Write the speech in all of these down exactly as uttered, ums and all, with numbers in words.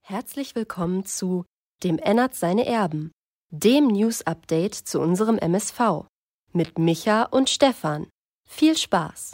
Herzlich willkommen zu Dem ändert seine Erben, dem News-Update zu unserem M S V mit Micha und Stefan. Viel Spaß!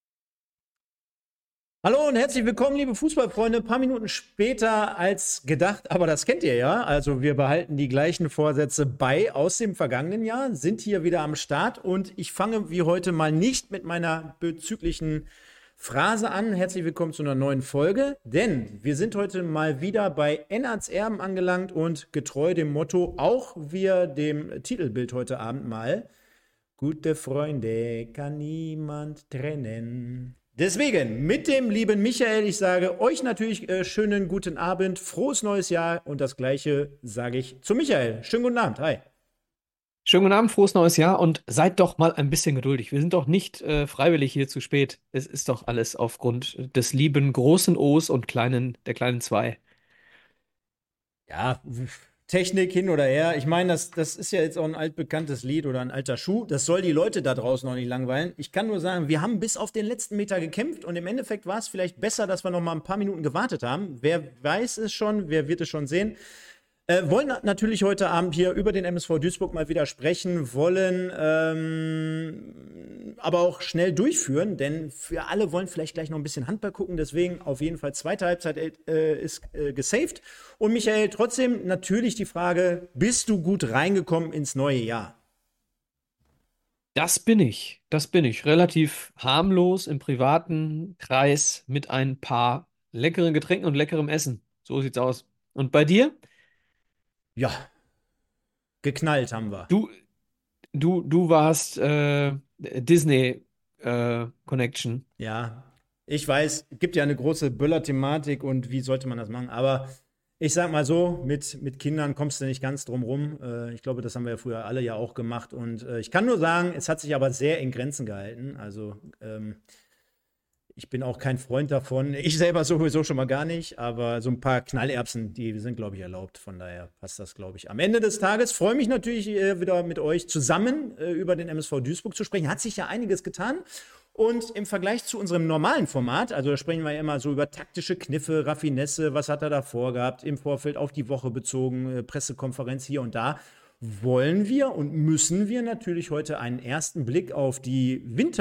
Hallo und herzlich willkommen, liebe Fußballfreunde. Ein paar Minuten später als gedacht, aber das kennt ihr ja. Also wir behalten die gleichen Vorsätze bei aus dem vergangenen Jahr, sind hier wieder am Start und ich fange wie heute mal nicht mit meiner bezüglichen Phrase an. Herzlich willkommen zu einer neuen Folge, denn wir sind heute mal wieder bei Ennerts Erben angelangt und getreu dem Motto, auch wir dem Titelbild heute Abend mal, gute Freunde kann niemand trennen. Deswegen mit dem lieben Michael, ich sage euch natürlich äh, schönen guten Abend, frohes neues Jahr und das gleiche sage ich zu Michael. Schönen guten Abend, hi. Schönen guten Abend, frohes neues Jahr und seid doch mal ein bisschen geduldig. Wir sind doch nicht äh, freiwillig hier zu spät. Es ist doch alles aufgrund des lieben großen O's und kleinen, der kleinen zwei. Ja, Technik hin oder her. Ich meine, das, das ist ja jetzt auch ein altbekanntes Lied oder ein alter Schuh. Das soll die Leute da draußen noch nicht langweilen. Ich kann nur sagen, wir haben bis auf den letzten Meter gekämpft und im Endeffekt war es vielleicht besser, dass wir noch mal ein paar Minuten gewartet haben. Wer weiß es schon, wer wird es schon sehen. Äh, wollen natürlich heute Abend hier über den M S V Duisburg mal wieder sprechen, wollen ähm, aber auch schnell durchführen, denn für alle wollen vielleicht gleich noch ein bisschen Handball gucken, deswegen auf jeden Fall zweite Halbzeit äh, ist äh, gesaved. Und Michael, trotzdem natürlich die Frage, bist du gut reingekommen ins neue Jahr? Das bin ich. Das bin ich. Relativ harmlos im privaten Kreis mit ein paar leckeren Getränken und leckerem Essen. So sieht's aus. Und bei dir? Ja, geknallt haben wir. Du, du, du warst äh, Disney äh, Connection. Ja, ich weiß, es gibt ja eine große Böller-Thematik und wie sollte man das machen, aber ich sag mal so, mit, mit Kindern kommst du nicht ganz drum rum. Äh, ich glaube, das haben wir ja früher alle ja auch gemacht. Und äh, ich kann nur sagen, es hat sich aber sehr in Grenzen gehalten. Also ähm, ich bin auch kein Freund davon. Ich selber sowieso schon mal gar nicht, aber so ein paar Knallerbsen, die sind, glaube ich, erlaubt. Von daher passt das, glaube ich. Am Ende des Tages freue ich mich natürlich äh, wieder mit euch zusammen äh, über den M S V Duisburg zu sprechen. Hat sich ja einiges getan. Und im Vergleich zu unserem normalen Format, also da sprechen wir ja immer so über taktische Kniffe, Raffinesse, was hat er da vorgehabt, im Vorfeld auf die Woche bezogen, äh, Pressekonferenz hier und da, wollen wir und müssen wir natürlich heute einen ersten Blick auf die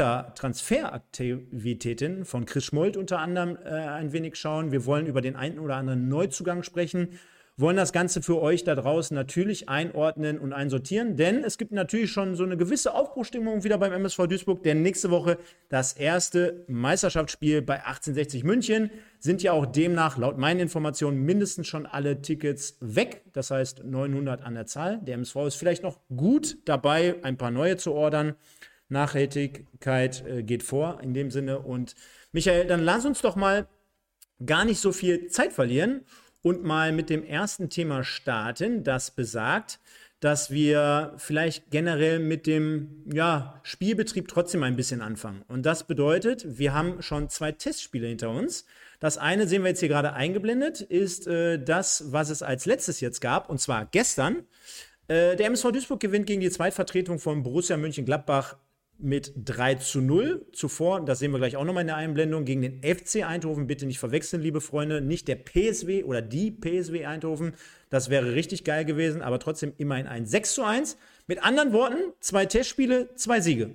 Wintertransferaktivitäten von Chris Schmold unter anderem äh, ein wenig schauen. Wir wollen über den einen oder anderen Neuzugang sprechen, wollen das Ganze für euch da draußen natürlich einordnen und einsortieren, denn es gibt natürlich schon so eine gewisse Aufbruchstimmung wieder beim M S V Duisburg, denn nächste Woche das erste Meisterschaftsspiel bei achtzehnhundertsechzig München, sind ja auch demnach laut meinen Informationen mindestens schon alle Tickets weg, das heißt neunhundert an der Zahl. Der M S V ist vielleicht noch gut dabei, ein paar neue zu ordern. Nachhaltigkeit äh, geht vor in dem Sinne und Michael, dann lass uns doch mal gar nicht so viel Zeit verlieren und mal mit dem ersten Thema starten, das besagt, dass wir vielleicht generell mit dem ja, Spielbetrieb trotzdem ein bisschen anfangen. Und das bedeutet, wir haben schon zwei Testspiele hinter uns. Das eine sehen wir jetzt hier gerade eingeblendet, ist äh, das, was es als letztes jetzt gab, und zwar gestern. Äh, der M S V Duisburg gewinnt gegen die Zweitvertretung von Borussia Mönchengladbach mit drei zu null. Zuvor, das sehen wir gleich auch nochmal in der Einblendung, gegen den F C Eindhoven, bitte nicht verwechseln, liebe Freunde, nicht der P S W oder die P S W Eindhoven, das wäre richtig geil gewesen, aber trotzdem immerhin ein sechs zu eins. Mit anderen Worten, zwei Testspiele, zwei Siege.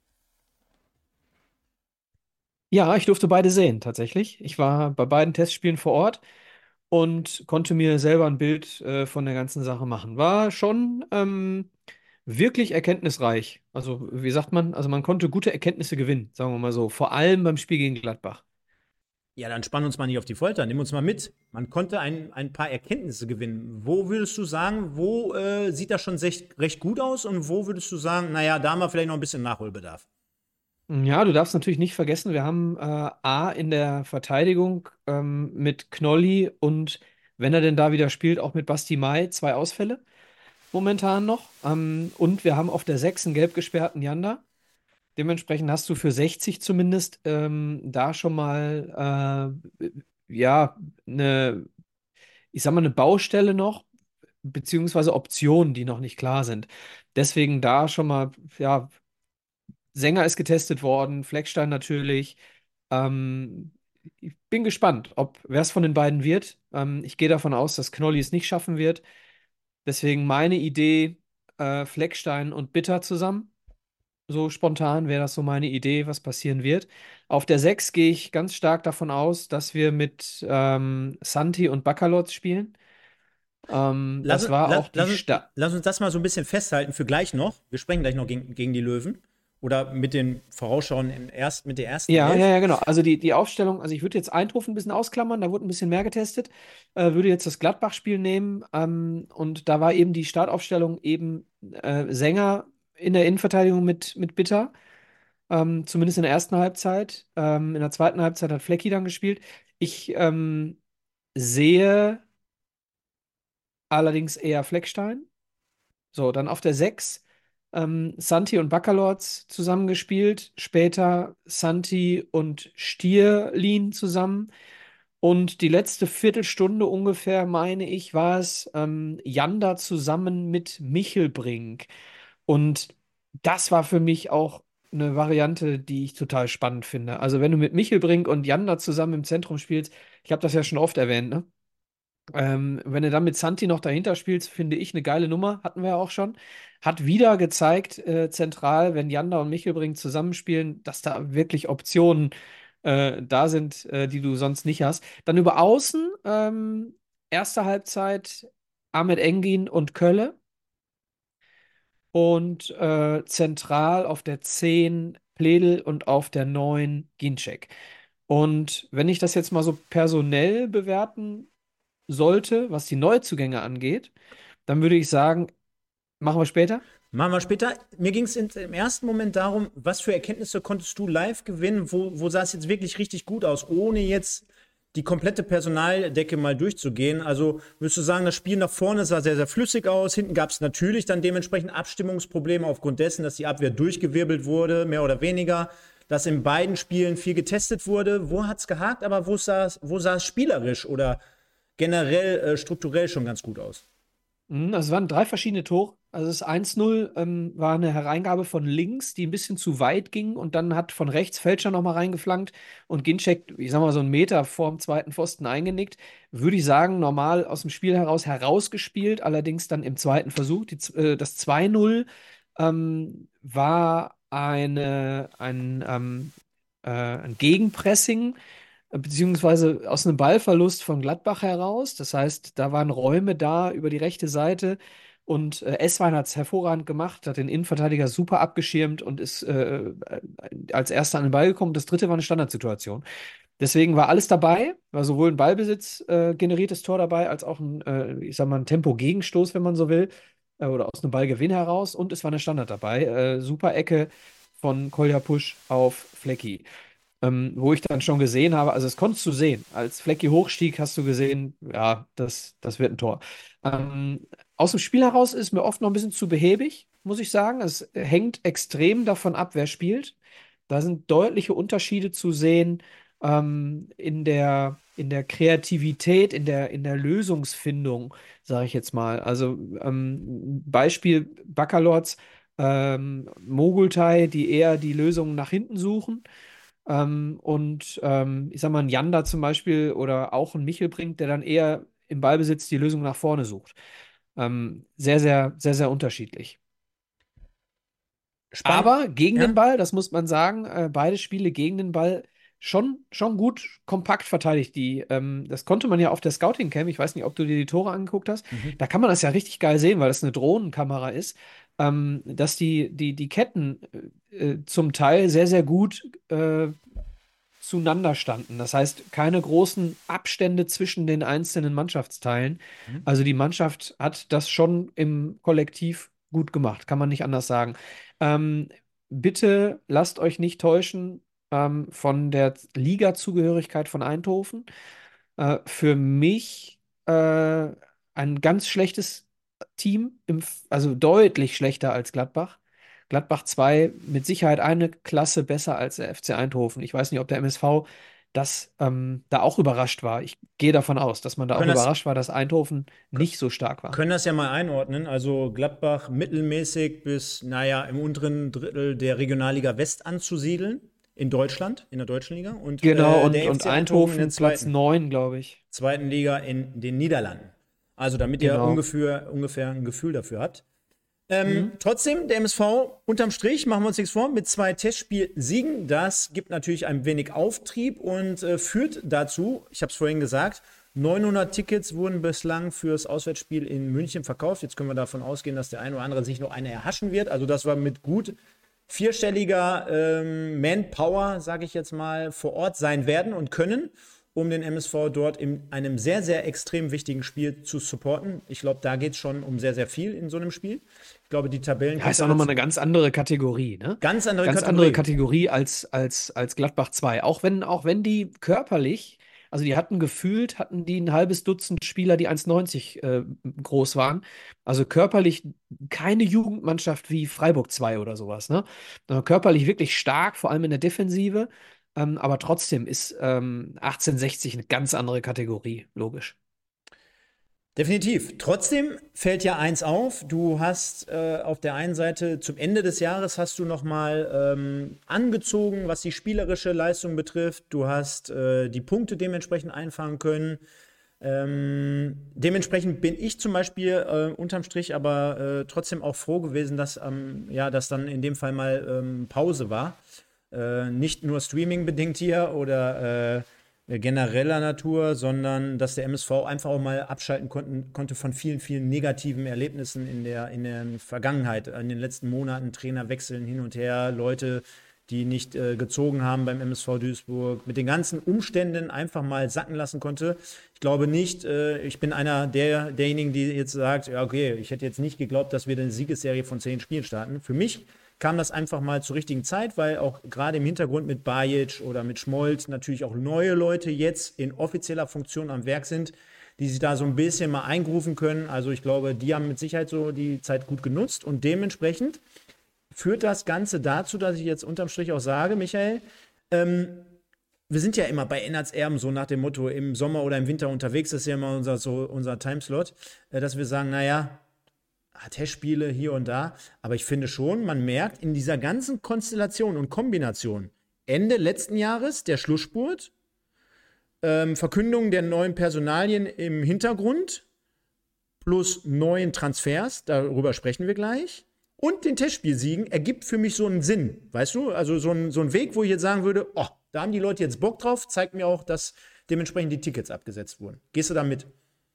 Ja, ich durfte beide sehen, tatsächlich. Ich war bei beiden Testspielen vor Ort und konnte mir selber ein Bild äh, von der ganzen Sache machen. War schon ähm, wirklich erkenntnisreich. Also, wie sagt man? Also, man konnte gute Erkenntnisse gewinnen, sagen wir mal so. Vor allem beim Spiel gegen Gladbach. Ja, dann spann uns mal nicht auf die Folter, nimm uns mal mit. Man konnte ein, ein paar Erkenntnisse gewinnen. Wo würdest du sagen, wo äh, sieht das schon recht, recht gut aus und wo würdest du sagen, naja, da haben wir vielleicht noch ein bisschen Nachholbedarf? Ja, du darfst natürlich nicht vergessen, wir haben äh, A in der Verteidigung ähm, mit Knolli und wenn er denn da wieder spielt, auch mit Basti Mai zwei Ausfälle momentan noch. Ähm, und wir haben auf der sechs einen gelb gesperrten Janda. Dementsprechend hast du für sechzig zumindest ähm, da schon mal äh, ja eine, ich sag mal, eine Baustelle noch, beziehungsweise Optionen, die noch nicht klar sind. Deswegen da schon mal, ja, Sänger ist getestet worden, Fleckstein natürlich. Ähm, ich bin gespannt, ob wer es von den beiden wird. Ähm, ich gehe davon aus, dass Knolli es nicht schaffen wird. Deswegen meine Idee, äh, Fleckstein und Bitter zusammen. So spontan wäre das so meine Idee, was passieren wird. Auf der sechs gehe ich ganz stark davon aus, dass wir mit ähm, Santi und Baccalords spielen. Ähm, Lass, das uns- war lass, auch die lass, uns- Sta lass uns das mal so ein bisschen festhalten für gleich noch. Wir sprechen gleich noch gegen, gegen die Löwen. Oder mit den Vorausschauen im erst, mit der ersten Ja, ja, Elf. ja, genau. Also die, die Aufstellung, also ich würde jetzt Eindhoven ein bisschen ausklammern, da wurde ein bisschen mehr getestet. Äh, würde jetzt das Gladbach-Spiel nehmen, ähm, und da war eben die Startaufstellung eben äh, Sänger in der Innenverteidigung mit, mit Bitter, ähm, zumindest in der ersten Halbzeit. Ähm, in der zweiten Halbzeit hat Flecki dann gespielt. Ich ähm, sehe allerdings eher Fleckstein. So, dann auf der sechs ähm, Santi und Baccalords zusammengespielt, später Santi und Stierlin zusammen. Und die letzte Viertelstunde ungefähr, meine ich, war es ähm, Janda zusammen mit Michelbrink. Und das war für mich auch eine Variante, die ich total spannend finde. Also wenn du mit Michelbrink und Janda zusammen im Zentrum spielst, ich habe das ja schon oft erwähnt, ne? Ähm, wenn du dann mit Santi noch dahinter spielst, finde ich eine geile Nummer, hatten wir ja auch schon. Hat wieder gezeigt, äh, zentral, wenn Janda und Michelbrink zusammenspielen, dass da wirklich Optionen äh, da sind, äh, die du sonst nicht hast. Dann über Außen, ähm, erste Halbzeit Ahmed Engin und Kölle und äh, zentral auf der zehn Pledel und auf der neun Ginczek. Und wenn ich das jetzt mal so personell bewerten sollte, was die Neuzugänge angeht, dann würde ich sagen, machen wir später. Machen wir später. Mir ging es im ersten Moment darum, was für Erkenntnisse konntest du live gewinnen? Wo, wo sah es jetzt wirklich richtig gut aus, ohne jetzt die komplette Personaldecke mal durchzugehen? Also würdest du sagen, das Spiel nach vorne sah sehr, sehr flüssig aus. Hinten gab es natürlich dann dementsprechend Abstimmungsprobleme aufgrund dessen, dass die Abwehr durchgewirbelt wurde, mehr oder weniger. Dass in beiden Spielen viel getestet wurde. Wo hat es gehakt, aber wo sah es wo sah es spielerisch oder generell äh, strukturell schon ganz gut aus? Mhm, Also es waren drei verschiedene Tore. Also das eins null ähm, war eine Hereingabe von links, die ein bisschen zu weit ging, und dann hat von rechts Fälscher nochmal reingeflankt und Ginczek, ich sag mal, so einen Meter vorm zweiten Pfosten eingenickt. Würde ich sagen, normal aus dem Spiel heraus herausgespielt, allerdings dann im zweiten Versuch. Die, z- äh, das zwei null ähm, war eine, ein, ähm, äh, ein Gegenpressing, beziehungsweise aus einem Ballverlust von Gladbach heraus. Das heißt, da waren Räume da über die rechte Seite, und äh, Esswein hat es hervorragend gemacht, hat den Innenverteidiger super abgeschirmt und ist äh, äh, als erster an den Ball gekommen. Das dritte war eine Standardsituation. Deswegen war alles dabei, war sowohl ein Ballbesitz äh, generiertes Tor dabei, als auch ein, äh, ich sag mal, ein Tempo-Gegenstoß, wenn man so will, äh, oder aus einem Ballgewinn heraus, und es war eine Standard dabei. Äh, super Ecke von Kolja Pusch auf Flecki, ähm, wo ich dann schon gesehen habe, also das konntest du sehen. Als Flecki hochstieg, hast du gesehen, ja, das, das wird ein Tor. Ähm, aus dem Spiel heraus ist mir oft noch ein bisschen zu behäbig, muss ich sagen. Es hängt extrem davon ab, wer spielt. Da sind deutliche Unterschiede zu sehen, ähm, in der, in der Kreativität, in der, in der Lösungsfindung, sage ich jetzt mal. Also ähm, Beispiel Baccalords, ähm, Mogultai, die eher die Lösungen nach hinten suchen. Ähm, und ähm, ich sag mal, ein Janda zum Beispiel oder auch ein Michelbrink, der dann eher im Ballbesitz die Lösung nach vorne sucht. Ähm, sehr, sehr, sehr, sehr unterschiedlich. Spannend. Aber gegen den Ja? Ball, das muss man sagen, äh, beide Spiele gegen den Ball schon, schon gut kompakt verteidigt. Die, ähm, das konnte man ja auf der Scouting-Cam, ich weiß nicht, ob du dir die Tore angeguckt hast, Mhm. da kann man das ja richtig geil sehen, weil das eine Drohnenkamera ist, ähm, dass die, die, die Ketten äh, äh, zum Teil sehr, sehr gut äh, zueinander standen. Das heißt, keine großen Abstände zwischen den einzelnen Mannschaftsteilen. Mhm. Also die Mannschaft hat das schon im Kollektiv gut gemacht, kann man nicht anders sagen. Ähm, bitte lasst euch nicht täuschen ähm, von der Liga-Zugehörigkeit von Eindhoven. Äh, für mich äh, ein ganz schlechtes Team, im, also deutlich schlechter als Gladbach. Gladbach zwei mit Sicherheit eine Klasse besser als der F C Eindhoven. Ich weiß nicht, ob der M S V das ähm, da auch überrascht war. Ich gehe davon aus, dass man da auch Können das, überrascht war, dass Eindhoven nicht so stark war. können das ja mal einordnen. Also Gladbach mittelmäßig bis, naja, im unteren Drittel der Regionalliga West anzusiedeln. in Deutschland, in der deutschen Liga. Und Genau, äh, und, der und F C Eindhoven in der Eindhoven Platz zweiten, neun, glaube ich. zweiten Liga in den Niederlanden. Also damit ihr Genau. ungefähr, ungefähr ein Gefühl dafür habt. Ähm, Mhm. Trotzdem, der M S V unterm Strich, machen wir uns nichts vor, mit zwei Testspielsiegen, das gibt natürlich ein wenig Auftrieb und äh, führt dazu, ich habe es vorhin gesagt, neunhundert Tickets wurden bislang fürs Auswärtsspiel in München verkauft. Jetzt können wir davon ausgehen, dass der ein oder andere sich noch eine erhaschen wird. Also das war mit gut vierstelliger ähm, Manpower, sage ich jetzt mal, vor Ort sein werden und können, um den M S V dort in einem sehr, sehr extrem wichtigen Spiel zu supporten. Ich glaube, da geht es schon um sehr, sehr viel in so einem Spiel. Ich glaube, die Tabellen... Ja, ist auch nochmal eine ganz andere Kategorie, ne? Ganz andere Ganz Kategorie. andere Kategorie als, als, als Gladbach zwei. Auch wenn, auch wenn die körperlich, also die hatten gefühlt, hatten die ein halbes Dutzend Spieler, die eins neunzig äh, groß waren. Also körperlich keine Jugendmannschaft wie Freiburg zwei oder sowas, ne? Äh, Körperlich wirklich stark, vor allem in der Defensive. Ähm, aber trotzdem ist ähm, achtzehnhundertsechzig eine ganz andere Kategorie, logisch. Definitiv. Trotzdem fällt ja eins auf. Du hast äh, auf der einen Seite zum Ende des Jahres hast du noch mal ähm, angezogen, was die spielerische Leistung betrifft. Du hast äh, die Punkte dementsprechend einfangen können. Ähm, dementsprechend bin ich zum Beispiel äh, unterm Strich aber äh, trotzdem auch froh gewesen, dass, ähm, ja, dass dann in dem Fall mal ähm, Pause war. Äh, nicht nur Streaming-bedingt hier oder äh, genereller Natur, sondern dass der M S V einfach auch mal abschalten konnten, konnte von vielen, vielen negativen Erlebnissen in der, in der Vergangenheit, in den letzten Monaten, Trainerwechseln hin und her, Leute, die nicht äh, gezogen haben beim M S V Duisburg, mit den ganzen Umständen einfach mal sacken lassen konnte. Ich glaube nicht, äh, ich bin einer der, derjenigen, die jetzt sagt, ja okay, ich hätte jetzt nicht geglaubt, dass wir eine Siegesserie von zehn Spielen starten. Für mich kam das einfach mal zur richtigen Zeit, weil auch gerade im Hintergrund mit Bajic oder mit Schmold natürlich auch neue Leute jetzt in offizieller Funktion am Werk sind, die sich da so ein bisschen mal eingerufen können. Also ich glaube, die haben mit Sicherheit so die Zeit gut genutzt und dementsprechend führt das Ganze dazu, dass ich jetzt unterm Strich auch sage, Michael, ähm, wir sind ja immer bei Ennerts Erben so nach dem Motto, im Sommer oder im Winter unterwegs, das ist ja immer unser, so unser Timeslot, äh, dass wir sagen, naja, Testspiele hier und da, aber ich finde schon, man merkt in dieser ganzen Konstellation und Kombination, Ende letzten Jahres, der Schlussspurt, ähm, Verkündung der neuen Personalien im Hintergrund, plus neuen Transfers, darüber sprechen wir gleich, und den Testspielsiegen ergibt für mich so einen Sinn, weißt du? Also so ein, so ein Weg, wo ich jetzt sagen würde, oh, da haben die Leute jetzt Bock drauf, zeigt mir auch, dass dementsprechend die Tickets abgesetzt wurden. Gehst du da mit?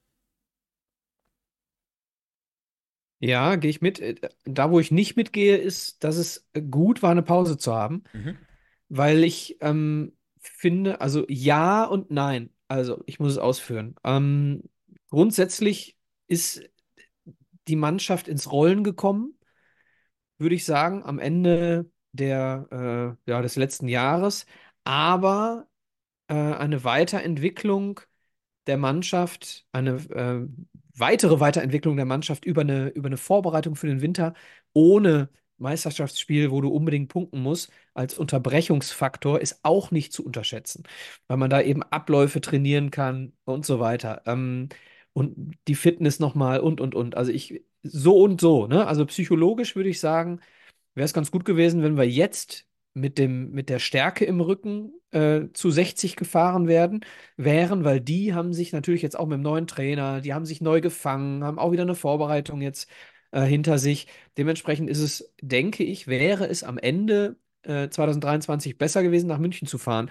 Ja, gehe ich mit. Äh, Da, wo ich nicht mitgehe, ist, dass es gut war, eine Pause zu haben, Mhm. weil ich ähm, finde, also ja und nein. Also ich muss es ausführen. Ähm, grundsätzlich ist die Mannschaft ins Rollen gekommen, würde ich sagen, am Ende der, äh, ja, des letzten Jahres. Aber äh, eine Weiterentwicklung der Mannschaft, eine äh, weitere Weiterentwicklung der Mannschaft über eine, über eine Vorbereitung für den Winter ohne Meisterschaftsspiel, wo du unbedingt punkten musst, als Unterbrechungsfaktor ist auch nicht zu unterschätzen, weil man da eben Abläufe trainieren kann und so weiter. Ähm, und die Fitness nochmal und, und, und. Also ich, so und so, ne? Also psychologisch würde ich sagen, wäre es ganz gut gewesen, wenn wir jetzt mit dem, mit der Stärke im Rücken äh, zu sechzig gefahren werden, wären, weil die haben sich natürlich jetzt auch mit dem neuen Trainer, die haben sich neu gefangen, haben auch wieder eine Vorbereitung jetzt äh, hinter sich. Dementsprechend ist es, denke ich, wäre es am Ende äh, zwanzig dreiundzwanzig besser gewesen, nach München zu fahren.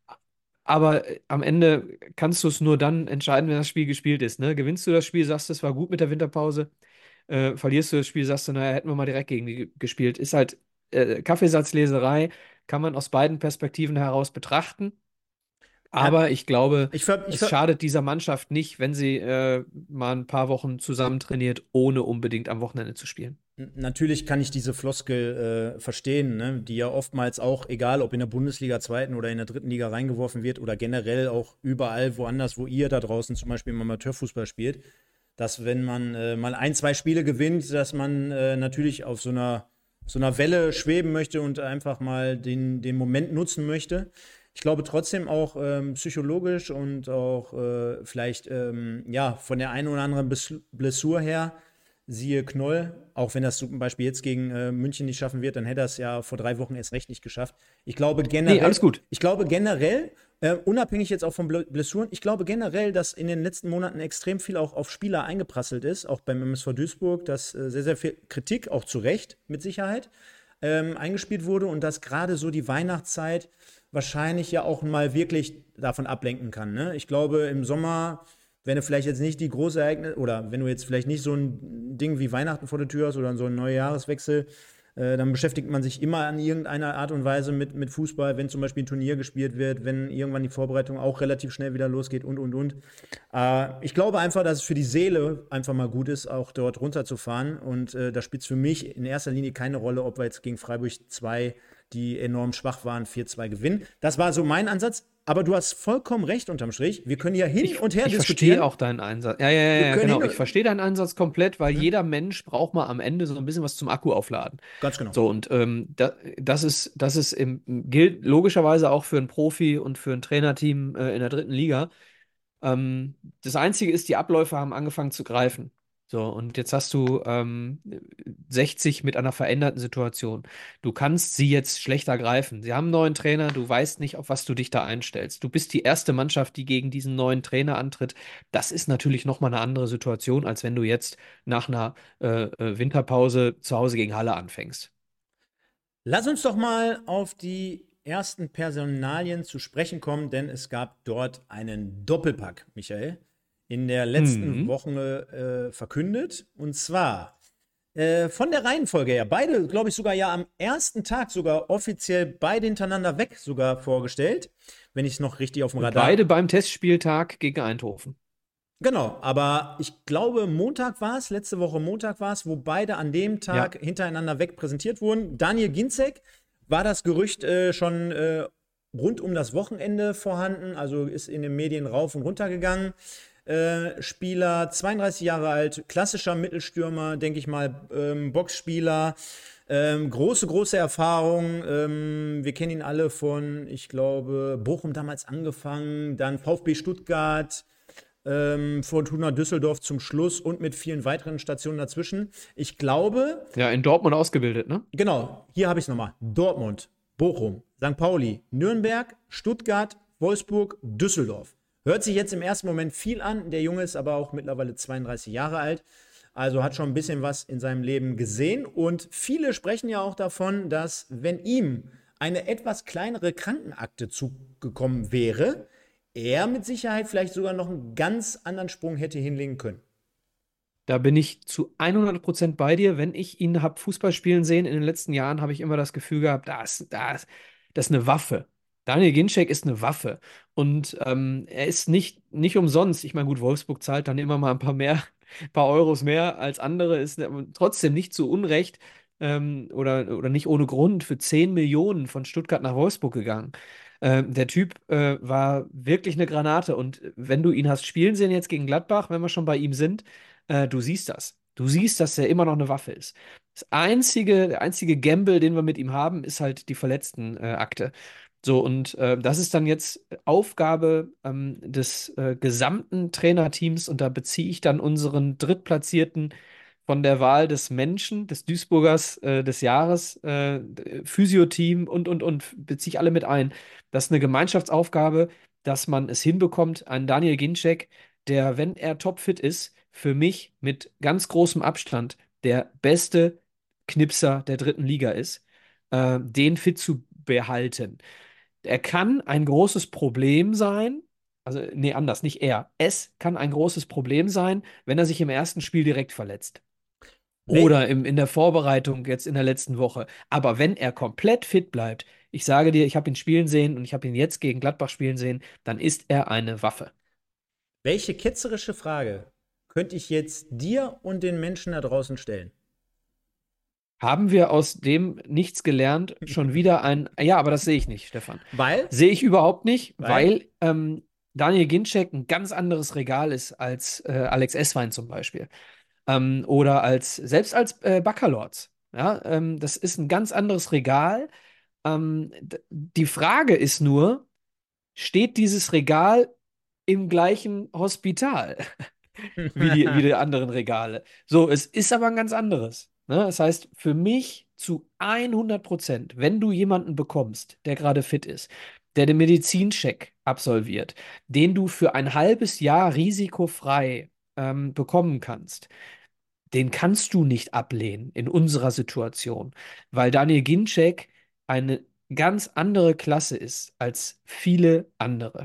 Aber äh, am Ende kannst du es nur dann entscheiden, wenn das Spiel gespielt ist. Ne? Gewinnst du das Spiel, sagst du, es war gut mit der Winterpause, äh, verlierst du das Spiel, sagst du, naja, hätten wir mal direkt gegen die gespielt. Ist halt äh, Kaffeesatzleserei, kann man aus beiden Perspektiven heraus betrachten. Ja, Aber ich glaube, ich, ver ich, es ver schadet dieser Mannschaft nicht, wenn sie äh, mal ein paar Wochen zusammen trainiert, ohne unbedingt am Wochenende zu spielen. Natürlich kann ich diese Floskel äh, verstehen, ne? Die ja oftmals auch, egal ob in der Bundesliga zweiten oder in der dritten Liga reingeworfen wird oder generell auch überall woanders, wo ihr da draußen zum Beispiel im Amateurfußball spielt, dass wenn man äh, mal ein, zwei Spiele gewinnt, dass man äh, natürlich auf so einer, so einer Welle schweben möchte und einfach mal den, den Moment nutzen möchte. Ich glaube trotzdem auch ähm, psychologisch und auch äh, vielleicht ähm, ja, von der einen oder anderen Blessur her, Siehe Knoll, auch wenn das zum Beispiel jetzt gegen äh, München nicht schaffen wird, dann hätte er es ja vor drei Wochen erst recht nicht geschafft. Ich glaube Nee, generell, alles gut. ich glaube generell, äh, unabhängig jetzt auch von Blö- Blessuren, ich glaube generell, dass in den letzten Monaten extrem viel auch auf Spieler eingeprasselt ist, auch beim M S V Duisburg, dass äh, sehr, sehr viel Kritik, auch zu Recht mit Sicherheit, ähm, eingespielt wurde und dass gerade so die Weihnachtszeit wahrscheinlich ja auch mal wirklich davon ablenken kann. Ne? Ich glaube, im Sommer, wenn du vielleicht jetzt nicht die große Ereignis oder wenn du jetzt vielleicht nicht so ein Ding wie Weihnachten vor der Tür hast oder so ein Neujahreswechsel, äh, dann beschäftigt man sich immer an irgendeiner Art und Weise mit, mit Fußball, wenn zum Beispiel ein Turnier gespielt wird, wenn irgendwann die Vorbereitung auch relativ schnell wieder losgeht und, und, und. Äh, ich glaube einfach, dass es für die Seele einfach mal gut ist, auch dort runterzufahren. Und äh, da spielt es für mich in erster Linie keine Rolle, ob wir jetzt gegen Freiburg zwei, die enorm schwach waren, vier zwei gewinnen. Das war so mein Ansatz. Aber du hast vollkommen recht unterm Strich. Wir können ja hin Ich, und her ich diskutieren. verstehe auch deinen Einsatz. Ja, ja, ja, Wir ja, können genau. hin Ich verstehe deinen Einsatz komplett, weil und, jeder Mensch braucht mal am Ende so ein bisschen was zum Akku aufladen. ganz genau. So, und ähm, da, das ist, das ist im, gilt logischerweise auch für einen Profi und für ein Trainerteam äh, in der dritten Liga. Ähm, das Einzige ist, die Abläufe haben angefangen zu greifen. So, und jetzt hast du ähm, sechzig mit einer veränderten Situation. Du kannst sie jetzt schlechter greifen. Sie haben einen neuen Trainer, du weißt nicht, auf was du dich da einstellst. Du bist die erste Mannschaft, die gegen diesen neuen Trainer antritt. Das ist natürlich nochmal eine andere Situation, als wenn du jetzt nach einer äh, äh, Winterpause zu Hause gegen Halle anfängst. Lass uns doch mal auf die ersten Personalien zu sprechen kommen, denn es gab dort einen Doppelpack, Michael, in der letzten Mhm. Woche äh, verkündet. Und zwar äh, von der Reihenfolge her, beide, glaube ich, sogar ja am ersten Tag sogar offiziell beide hintereinander weg sogar vorgestellt, wenn ich es noch richtig auf dem Und Radar. beide beim Testspieltag gegen Eindhoven. Genau, aber ich glaube, Montag war es, letzte Woche Montag war es, wo beide an dem Tag Ja. hintereinander weg präsentiert wurden. Daniel Ginzek war das Gerücht äh, schon äh, rund um das Wochenende vorhanden, also ist in den Medien rauf und runter gegangen. Äh, Spieler, zweiunddreißig Jahre alt, klassischer Mittelstürmer, denke ich mal, ähm, Boxspieler. Ähm, große, große Erfahrung. Ähm, wir kennen ihn alle von, ich glaube, Bochum damals angefangen, dann VfB Stuttgart, ähm, Fortuna Düsseldorf zum Schluss und mit vielen weiteren Stationen dazwischen. Ich glaube, Ja, in Dortmund ausgebildet, ne? genau, hier habe ich es nochmal. Dortmund, Bochum, Sankt Pauli, Nürnberg, Stuttgart, Wolfsburg, Düsseldorf. Hört sich jetzt im ersten Moment viel an. Der Junge ist aber auch mittlerweile zweiunddreißig Jahre alt. Also hat schon ein bisschen was in seinem Leben gesehen. Und viele sprechen ja auch davon, dass wenn ihm eine etwas kleinere Krankenakte zugekommen wäre, er mit Sicherheit vielleicht sogar noch einen ganz anderen Sprung hätte hinlegen können. Da bin ich zu hundert Prozent bei dir. Wenn ich ihn habe Fußball spielen sehen in den letzten Jahren, habe ich immer das Gefühl gehabt, das, das, das ist eine Waffe. Daniel Ginczek ist eine Waffe. Und ähm, er ist nicht, nicht umsonst. Ich meine, gut, Wolfsburg zahlt dann immer mal ein paar mehr, ein paar Euros mehr als andere, ist aber trotzdem nicht zu Unrecht ähm, oder, oder nicht ohne Grund für zehn Millionen von Stuttgart nach Wolfsburg gegangen. Ähm, der Typ äh, war wirklich eine Granate. Und wenn du ihn hast spielen sehen jetzt gegen Gladbach, wenn wir schon bei ihm sind, äh, du siehst das. Du siehst, dass er immer noch eine Waffe ist. Das einzige, der einzige Gamble, den wir mit ihm haben, ist halt die Verletztenakte. So, und äh, das ist dann jetzt Aufgabe ähm, des äh, gesamten Trainerteams und da beziehe ich dann unseren Drittplatzierten von der Wahl des Menschen, des Duisburgers äh, des Jahres, äh, Physio-Team und, und, und, beziehe ich alle mit ein. Das ist eine Gemeinschaftsaufgabe, dass man es hinbekommt, einen Daniel Ginczek, der, wenn er topfit ist, für mich mit ganz großem Abstand der beste Knipser der dritten Liga ist, äh, den fit zu behalten. Er kann ein großes Problem sein. Also, nee, anders, nicht er. Es kann ein großes Problem sein, wenn er sich im ersten Spiel direkt verletzt. Wel Oder im, in der Vorbereitung jetzt in der letzten Woche. Aber wenn er komplett fit bleibt, ich sage dir, ich habe ihn spielen sehen und ich habe ihn jetzt gegen Gladbach spielen sehen, dann ist er eine Waffe. Welche ketzerische Frage könnte ich jetzt dir und den Menschen da draußen stellen? Haben wir aus dem nichts gelernt? Schon wieder ein. Ja, aber das sehe ich nicht, Stefan. Weil, Sehe ich überhaupt nicht, weil, weil ähm, Daniel Ginczek ein ganz anderes Regal ist als äh, Alex Esswein zum Beispiel. Ähm, oder als, selbst als äh, Baccalords. Ja, ähm, das ist ein ganz anderes Regal. Ähm, d- die Frage ist nur, steht dieses Regal im gleichen Hospital? wie die, wie die anderen Regale. So, es ist aber ein ganz anderes. Ne? Das heißt, für mich zu hundert Prozent, wenn du jemanden bekommst, der gerade fit ist, der den Medizincheck absolviert, den du für ein halbes Jahr risikofrei ähm, bekommen kannst, den kannst du nicht ablehnen in unserer Situation, weil Daniel Ginczek eine ganz andere Klasse ist als viele andere.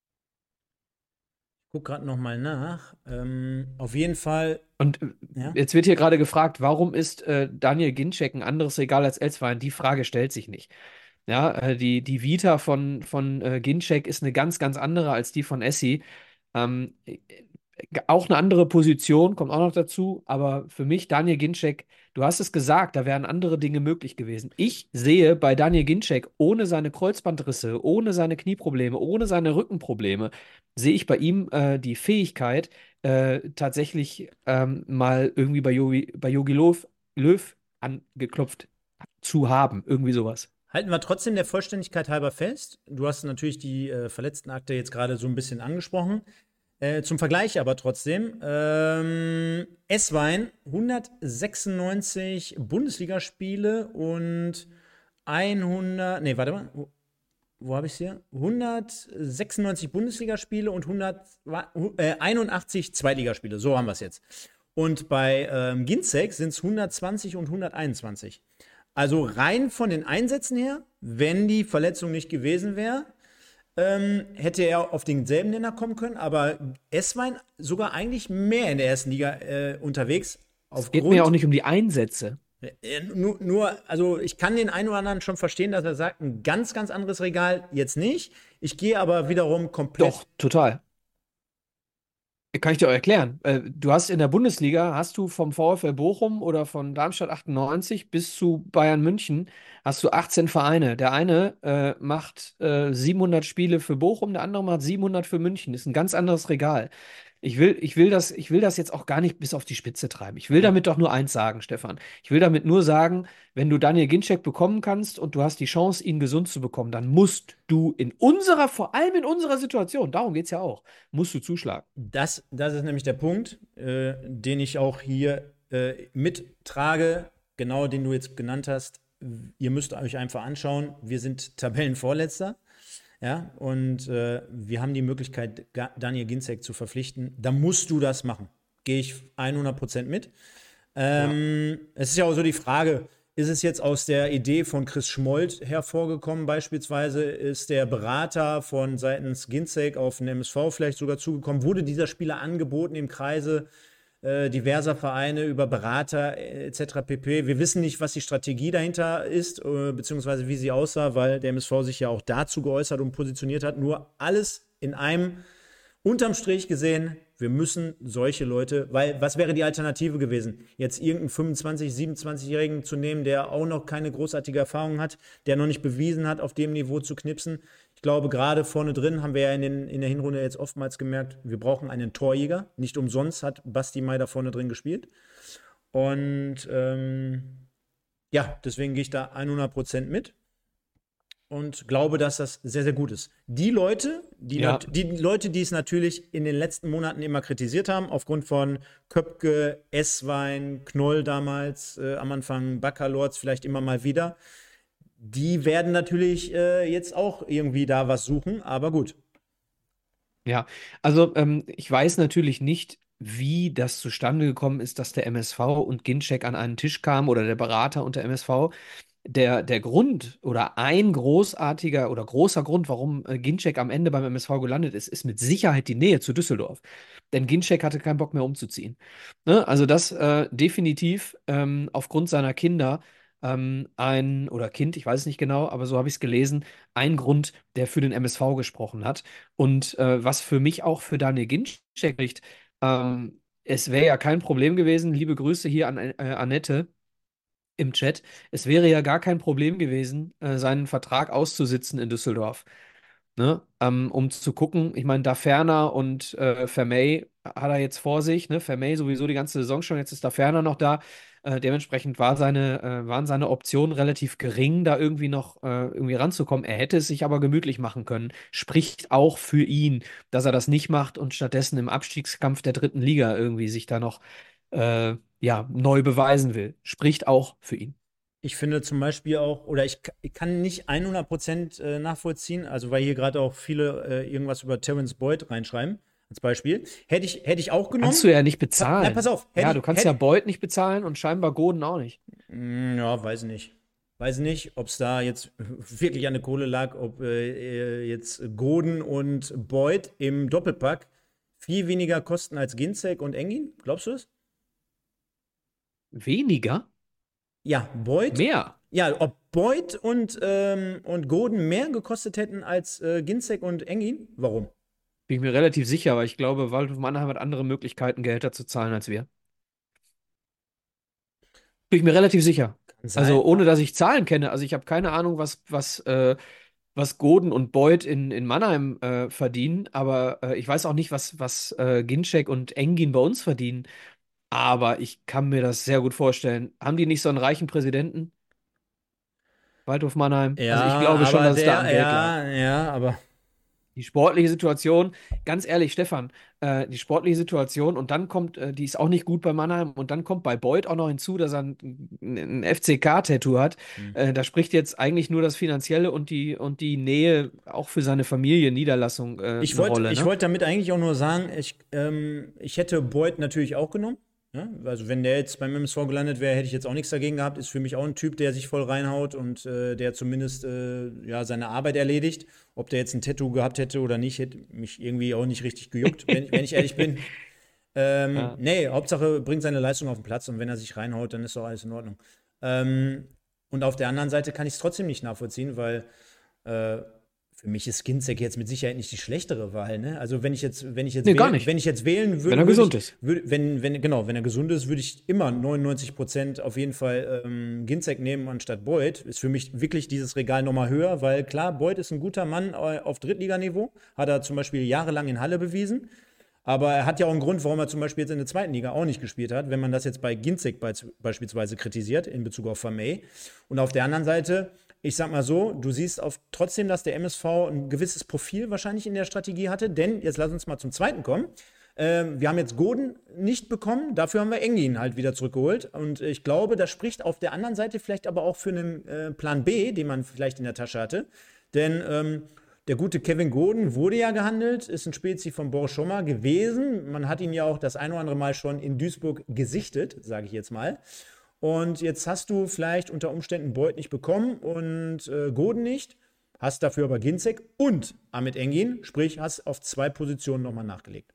Guck gerade noch mal nach. Ähm, auf jeden Fall, Und äh, ja. jetzt wird hier gerade gefragt, warum ist äh, Daniel Ginczek ein anderes Regal als Elswein? Die Frage stellt sich nicht. Ja, äh, die, die Vita von, von äh, Ginczek ist eine ganz, ganz andere als die von Essi. Ähm, äh, auch eine andere Position, kommt auch noch dazu, aber für mich Daniel Ginczek, du hast es gesagt, da wären andere Dinge möglich gewesen. Ich sehe bei Daniel Ginczek ohne seine Kreuzbandrisse, ohne seine Knieprobleme, ohne seine Rückenprobleme, sehe ich bei ihm äh, die Fähigkeit, äh, tatsächlich ähm, mal irgendwie bei Jogi, bei Jogi Löw, Löw angeklopft zu haben. Irgendwie sowas. Halten wir trotzdem der Vollständigkeit halber fest. Du hast natürlich die äh, Verletztenakte jetzt gerade so ein bisschen angesprochen. Äh, zum Vergleich aber trotzdem. Ähm, Esswein, hundertsechsundneunzig Bundesligaspiele und hundert, nee, warte mal, wo, wo habe ich es hier? hundertsechsundneunzig Bundesligaspiele und hunderteinundachtzig Zweitligaspiele. So haben wir es jetzt. Und bei ähm, Ginzek sind es hundertzwanzig und hunderteinundzwanzig. Also rein von den Einsätzen her, wenn die Verletzung nicht gewesen wäre, ähm, hätte er auf denselben Nenner kommen können, aber Esswein sogar eigentlich mehr in der ersten Liga äh, unterwegs. Es geht mir ja auch Aufgrund, nicht um die Einsätze. äh, nur, nur, also ich kann den einen oder anderen schon verstehen, dass er sagt, ein ganz, ganz anderes Regal jetzt nicht. Ich gehe aber wiederum komplett. Doch, total. Kann ich dir auch erklären. Äh, Du hast in der Bundesliga, hast du vom VfL Bochum oder von Darmstadt achtundneunzig bis zu Bayern München, hast du achtzehn Vereine. Der eine äh, macht äh, siebenhundert Spiele für Bochum, der andere macht siebenhundert für München. Ist ein ganz anderes Regal. Ich will, ich will das, ich will das jetzt auch gar nicht bis auf die Spitze treiben. Ich will damit doch nur eins sagen, Stefan. Ich will damit nur sagen, wenn du Daniel Ginczek bekommen kannst und du hast die Chance, ihn gesund zu bekommen, dann musst du in unserer, vor allem in unserer Situation, darum geht es ja auch, musst du zuschlagen. Das, das ist nämlich der Punkt, äh, den ich auch hier äh, mittrage, genau den du jetzt genannt hast. Ihr müsst euch einfach anschauen, wir sind Tabellenvorletzter. Ja, und äh, wir haben die Möglichkeit, Ga- Daniel Ginczek zu verpflichten. Da musst du das machen. Gehe ich hundert Prozent mit. Ja. Ähm, es ist ja auch so die Frage, ist es jetzt aus der Idee von Chris Schmold hervorgekommen, beispielsweise? Ist der Berater von seitens Ginczek auf den M S V vielleicht sogar zugekommen? Wurde dieser Spieler angeboten im Kreise äh, diverser Vereine über Berater äh, et cetera pp. Wir wissen nicht, was die Strategie dahinter ist, äh, beziehungsweise wie sie aussah, weil der M S V sich ja auch dazu geäußert und positioniert hat. Nur alles in einem, unterm Strich gesehen, wir müssen solche Leute, weil was wäre die Alternative gewesen? Jetzt irgendeinen fünfundzwanzig-, siebenundzwanzigjährigen zu nehmen, der auch noch keine großartige Erfahrung hat, der noch nicht bewiesen hat, auf dem Niveau zu knipsen. Ich glaube, gerade vorne drin haben wir ja in, den, in der Hinrunde jetzt oftmals gemerkt, wir brauchen einen Torjäger. Nicht umsonst hat Basti Mai da vorne drin gespielt. Und ähm, ja, deswegen gehe ich da hundert Prozent mit und glaube, dass das sehr, sehr gut ist. Die Leute, die, Ja. nat- die Leute, die es natürlich in den letzten Monaten immer kritisiert haben, aufgrund von Köpke, Esswein, Knoll damals, äh, am Anfang Baccalords vielleicht immer mal wieder, die werden natürlich äh, jetzt auch irgendwie da was suchen, aber gut. Ja, also ähm, ich weiß natürlich nicht, wie das zustande gekommen ist, dass der M S V und Ginczek an einen Tisch kamen oder der Berater und der M S V. Der, der Grund oder ein großartiger oder großer Grund, warum äh, Ginczek am Ende beim M S V gelandet ist, ist mit Sicherheit die Nähe zu Düsseldorf. Denn Ginczek hatte keinen Bock mehr umzuziehen. Ne? Also das äh, definitiv ähm, aufgrund seiner Kinder ähm, ein, oder Kind, ich weiß es nicht genau, aber so habe ich es gelesen, ein Grund, der für den M S V gesprochen hat. Und äh, was für mich auch für Daniel Ginczek spricht, ähm, es wäre ja kein Problem gewesen, liebe Grüße hier an äh, Annette im Chat, es wäre ja gar kein Problem gewesen, äh, seinen Vertrag auszusitzen in Düsseldorf. Ne? Ähm, um zu gucken, ich meine, da Ferner und äh, Vermey hat er jetzt vor sich, ne? Vermey sowieso die ganze Saison schon, jetzt ist da Ferner noch da. Äh, dementsprechend war seine, äh, waren seine Optionen relativ gering, da irgendwie noch äh, irgendwie ranzukommen. Er hätte es sich aber gemütlich machen können. Spricht auch für ihn, dass er das nicht macht und stattdessen im Abstiegskampf der dritten Liga irgendwie sich da noch äh, ja, neu beweisen will. Spricht auch für ihn. Ich finde zum Beispiel auch, oder ich, ich kann nicht hundert Prozent äh, nachvollziehen, also weil hier gerade auch viele äh, irgendwas über Terence Boyd reinschreiben, als Beispiel. Hätte ich, hätte ich auch Kannst genommen. du ja nicht Pa nein, pass bezahlen. auf. Hätte Ja, ich, du kannst ja hätte, Boyd nicht bezahlen und scheinbar Goden auch nicht. Mm, ja, weiß nicht. Weiß nicht, ob es da jetzt wirklich an der Kohle lag, ob äh, äh, jetzt Goden und Boyd im Doppelpack viel weniger kosten als Ginzek und Engin. Glaubst du das? Weniger? Ja, Boyd. Mehr? Ja, ob Boyd und, ähm, und Goden mehr gekostet hätten als äh, Ginzek und Engin? Warum? Bin ich mir relativ sicher, aber ich glaube, Waldhof Mannheim hat andere Möglichkeiten, Gehälter zu zahlen als wir. Bin ich mir relativ sicher. Kann sein. Also ohne dass ich Zahlen kenne. Also ich habe keine Ahnung, was, was, äh, was Goden und Boyd in, in Mannheim äh, verdienen, aber äh, ich weiß auch nicht, was, was äh, Ginczek und Engin bei uns verdienen. Aber ich kann mir das sehr gut vorstellen. Haben die nicht so einen reichen Präsidenten? Waldhof Mannheim? Also ich Ja, glaube schon, aber dass es da am der, Geld lag. ja, ja, aber Die sportliche Situation, ganz ehrlich, Stefan, äh, die sportliche Situation und dann kommt, äh, die ist auch nicht gut bei Mannheim und dann kommt bei Beuth auch noch hinzu, dass er ein, ein F C K-Tattoo hat. hm. Äh, da spricht jetzt eigentlich nur das Finanzielle und die, und die Nähe auch für seine Familie, Niederlassung, äh, Ich eine wollte Rolle, ich ne? wollt damit eigentlich auch nur sagen, ich, ähm, ich hätte Boyd natürlich auch genommen. Ja? Also, wenn der jetzt beim M S V gelandet wäre, hätte ich jetzt auch nichts dagegen gehabt. Ist für mich auch ein Typ, der sich voll reinhaut und äh, der zumindest äh, ja, seine Arbeit erledigt. Ob der jetzt ein Tattoo gehabt hätte oder nicht, hätte mich irgendwie auch nicht richtig gejuckt, wenn, ich- wenn ich ehrlich bin. Ähm, Ja. nee, Hauptsache bringt seine Leistung auf den Platz und wenn er sich reinhaut, dann ist doch alles in Ordnung. Ähm, und auf der anderen Seite kann ich es trotzdem nicht nachvollziehen, weil äh, für mich ist Ginzek jetzt mit Sicherheit nicht die schlechtere Wahl, ne? Also wenn ich jetzt, wenn ich jetzt Nee, gar wählen, nicht. wenn ich jetzt wählen Wenn würde, er würde gesund ich, ist. würde, wenn, wenn, genau, wenn er gesund ist, würde ich immer neunundneunzig Prozent auf jeden Fall ähm, Ginzek nehmen anstatt Boyd. Ist für mich wirklich dieses Regal nochmal höher, weil klar, Boyd ist ein guter Mann äh, auf Drittliganiveau, hat er zum Beispiel jahrelang in Halle bewiesen. Aber er hat ja auch einen Grund, warum er zum Beispiel jetzt in der zweiten Liga auch nicht gespielt hat, wenn man das jetzt bei Ginzek beisp- beispielsweise kritisiert, in Bezug auf Vermey. Und auf der anderen Seite, ich sag mal so, du siehst auf, trotzdem, dass der M S V ein gewisses Profil wahrscheinlich in der Strategie hatte, denn jetzt lass uns mal zum zweiten kommen. Ähm, wir haben jetzt Goden nicht bekommen, dafür haben wir Engin halt wieder zurückgeholt. Und ich glaube, das spricht auf der anderen Seite vielleicht aber auch für einen äh, Plan B, den man vielleicht in der Tasche hatte. Denn ähm, der gute Kevin Goden wurde ja gehandelt, ist ein Spezi von Boris Schommar gewesen. Man hat ihn ja auch das ein oder andere Mal schon in Duisburg gesichtet, sage ich jetzt mal. Und jetzt hast du vielleicht unter Umständen Beuth nicht bekommen und äh, Goden nicht, hast dafür aber Ginzek und Ahmet Engin, sprich hast auf zwei Positionen nochmal nachgelegt.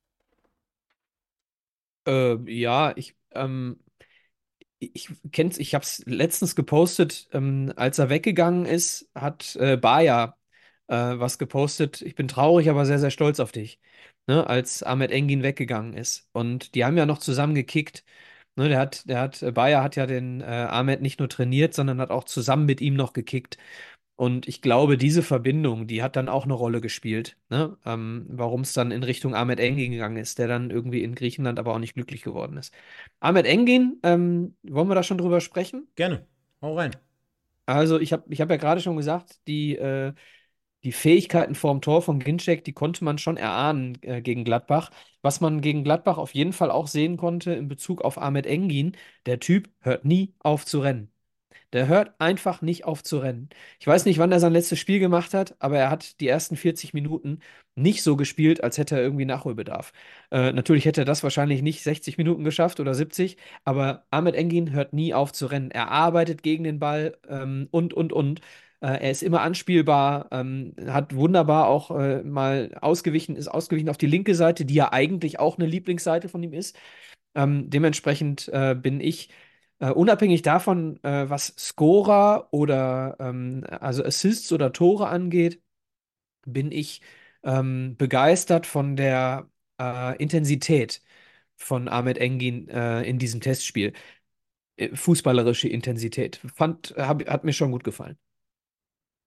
Äh, ja, ich, ähm, ich kenn's, ich habe es letztens gepostet, ähm, als er weggegangen ist, hat äh, Bayer äh, was gepostet. Ich bin traurig, aber sehr, sehr stolz auf dich, ne, als Ahmet Engin weggegangen ist. Und die haben ja noch zusammen gekickt. Ne, der hat, der hat, äh, Bayer hat ja den äh, Ahmet nicht nur trainiert, sondern hat auch zusammen mit ihm noch gekickt. Und ich glaube, diese Verbindung, die hat dann auch eine Rolle gespielt, ne? Ähm, warum es dann in Richtung Ahmet Engin gegangen ist, der dann irgendwie in Griechenland aber auch nicht glücklich geworden ist. Ahmet Engin, ähm, wollen wir da schon drüber sprechen? Gerne, hau rein. Also, ich habe ich hab ja gerade schon gesagt, die, äh, die Fähigkeiten vorm Tor von Ginczek, die konnte man schon erahnen äh, gegen Gladbach. Was man gegen Gladbach auf jeden Fall auch sehen konnte in Bezug auf Ahmet Engin, der Typ hört nie auf zu rennen. Der hört einfach nicht auf zu rennen. Ich weiß nicht, wann er sein letztes Spiel gemacht hat, aber er hat die ersten vierzig Minuten nicht so gespielt, als hätte er irgendwie Nachholbedarf. Äh, natürlich hätte er das wahrscheinlich nicht sechzig Minuten geschafft oder siebzig, aber Ahmet Engin hört nie auf zu rennen. Er arbeitet gegen den Ball ähm, und, und, und. Äh, er ist immer anspielbar, ähm, hat wunderbar auch äh, mal ausgewichen, ist ausgewichen auf die linke Seite, die ja eigentlich auch eine Lieblingsseite von ihm ist. Ähm, dementsprechend äh, bin ich äh, unabhängig davon, äh, was Scorer oder ähm, also Assists oder Tore angeht, bin ich ähm, begeistert von der äh, Intensität von Ahmet Engin äh, in diesem Testspiel. Äh, Fußballerische Intensität. Fand, hab, hat mir schon gut gefallen.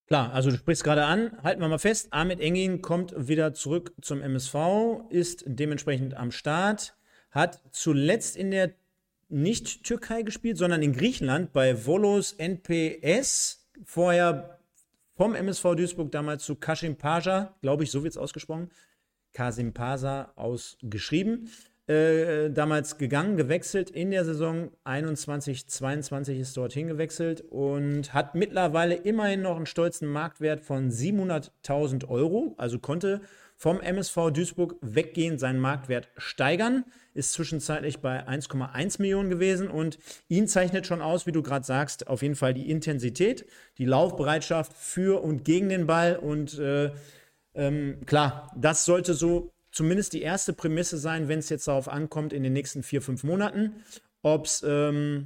Klar, also du sprichst gerade an, halten wir mal fest, Ahmet Engin kommt wieder zurück zum M S V, ist dementsprechend am Start, hat zuletzt in der nicht Türkei gespielt, sondern in Griechenland bei Volos N P S, vorher vom M S V Duisburg damals zu Kasim Paşa, glaube ich, so wird es ausgesprochen, Kasim Paşa ausgeschrieben. Äh, damals gegangen, gewechselt in der Saison einundzwanzig zweiundzwanzig ist dorthin gewechselt und hat mittlerweile immerhin noch einen stolzen Marktwert von siebenhunderttausend Euro, also konnte vom M S V Duisburg weggehend seinen Marktwert steigern, ist zwischenzeitlich bei eins Komma eins Millionen gewesen und ihn zeichnet schon aus, wie du gerade sagst, auf jeden Fall die Intensität, die Laufbereitschaft für und gegen den Ball und äh, ähm, klar, das sollte so zumindest die erste Prämisse sein, wenn es jetzt darauf ankommt, in den nächsten vier, fünf Monaten, ob es ähm,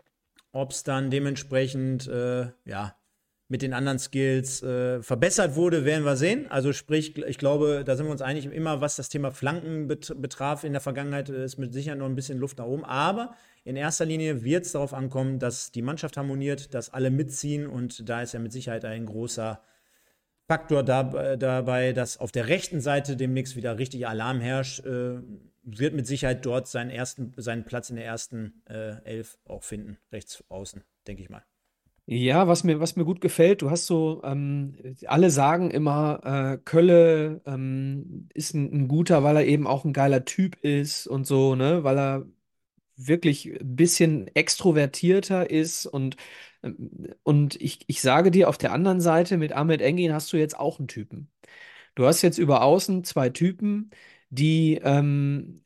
ob's dann dementsprechend äh, ja, mit den anderen Skills äh, verbessert wurde, werden wir sehen. Also sprich, ich glaube, da sind wir uns einig, immer was das Thema Flanken bet- betraf in der Vergangenheit, äh, ist mit Sicherheit noch ein bisschen Luft nach oben. Aber in erster Linie wird es darauf ankommen, dass die Mannschaft harmoniert, dass alle mitziehen und da ist ja mit Sicherheit ein großer Faktor da, dabei, dass auf der rechten Seite demnächst wieder richtig Alarm herrscht, äh, wird mit Sicherheit dort seinen, ersten, seinen Platz in der ersten äh, Elf auch finden, rechts außen, denke ich mal. Ja, was mir, was mir gut gefällt, du hast so, ähm, alle sagen immer, äh, Kölle ähm, ist ein, ein guter, weil er eben auch ein geiler Typ ist und so, ne, weil er wirklich ein bisschen extrovertierter ist und, ähm, und ich, ich sage dir, auf der anderen Seite mit Ahmet Engin hast du jetzt auch einen Typen. Du hast jetzt über außen zwei Typen, die ähm,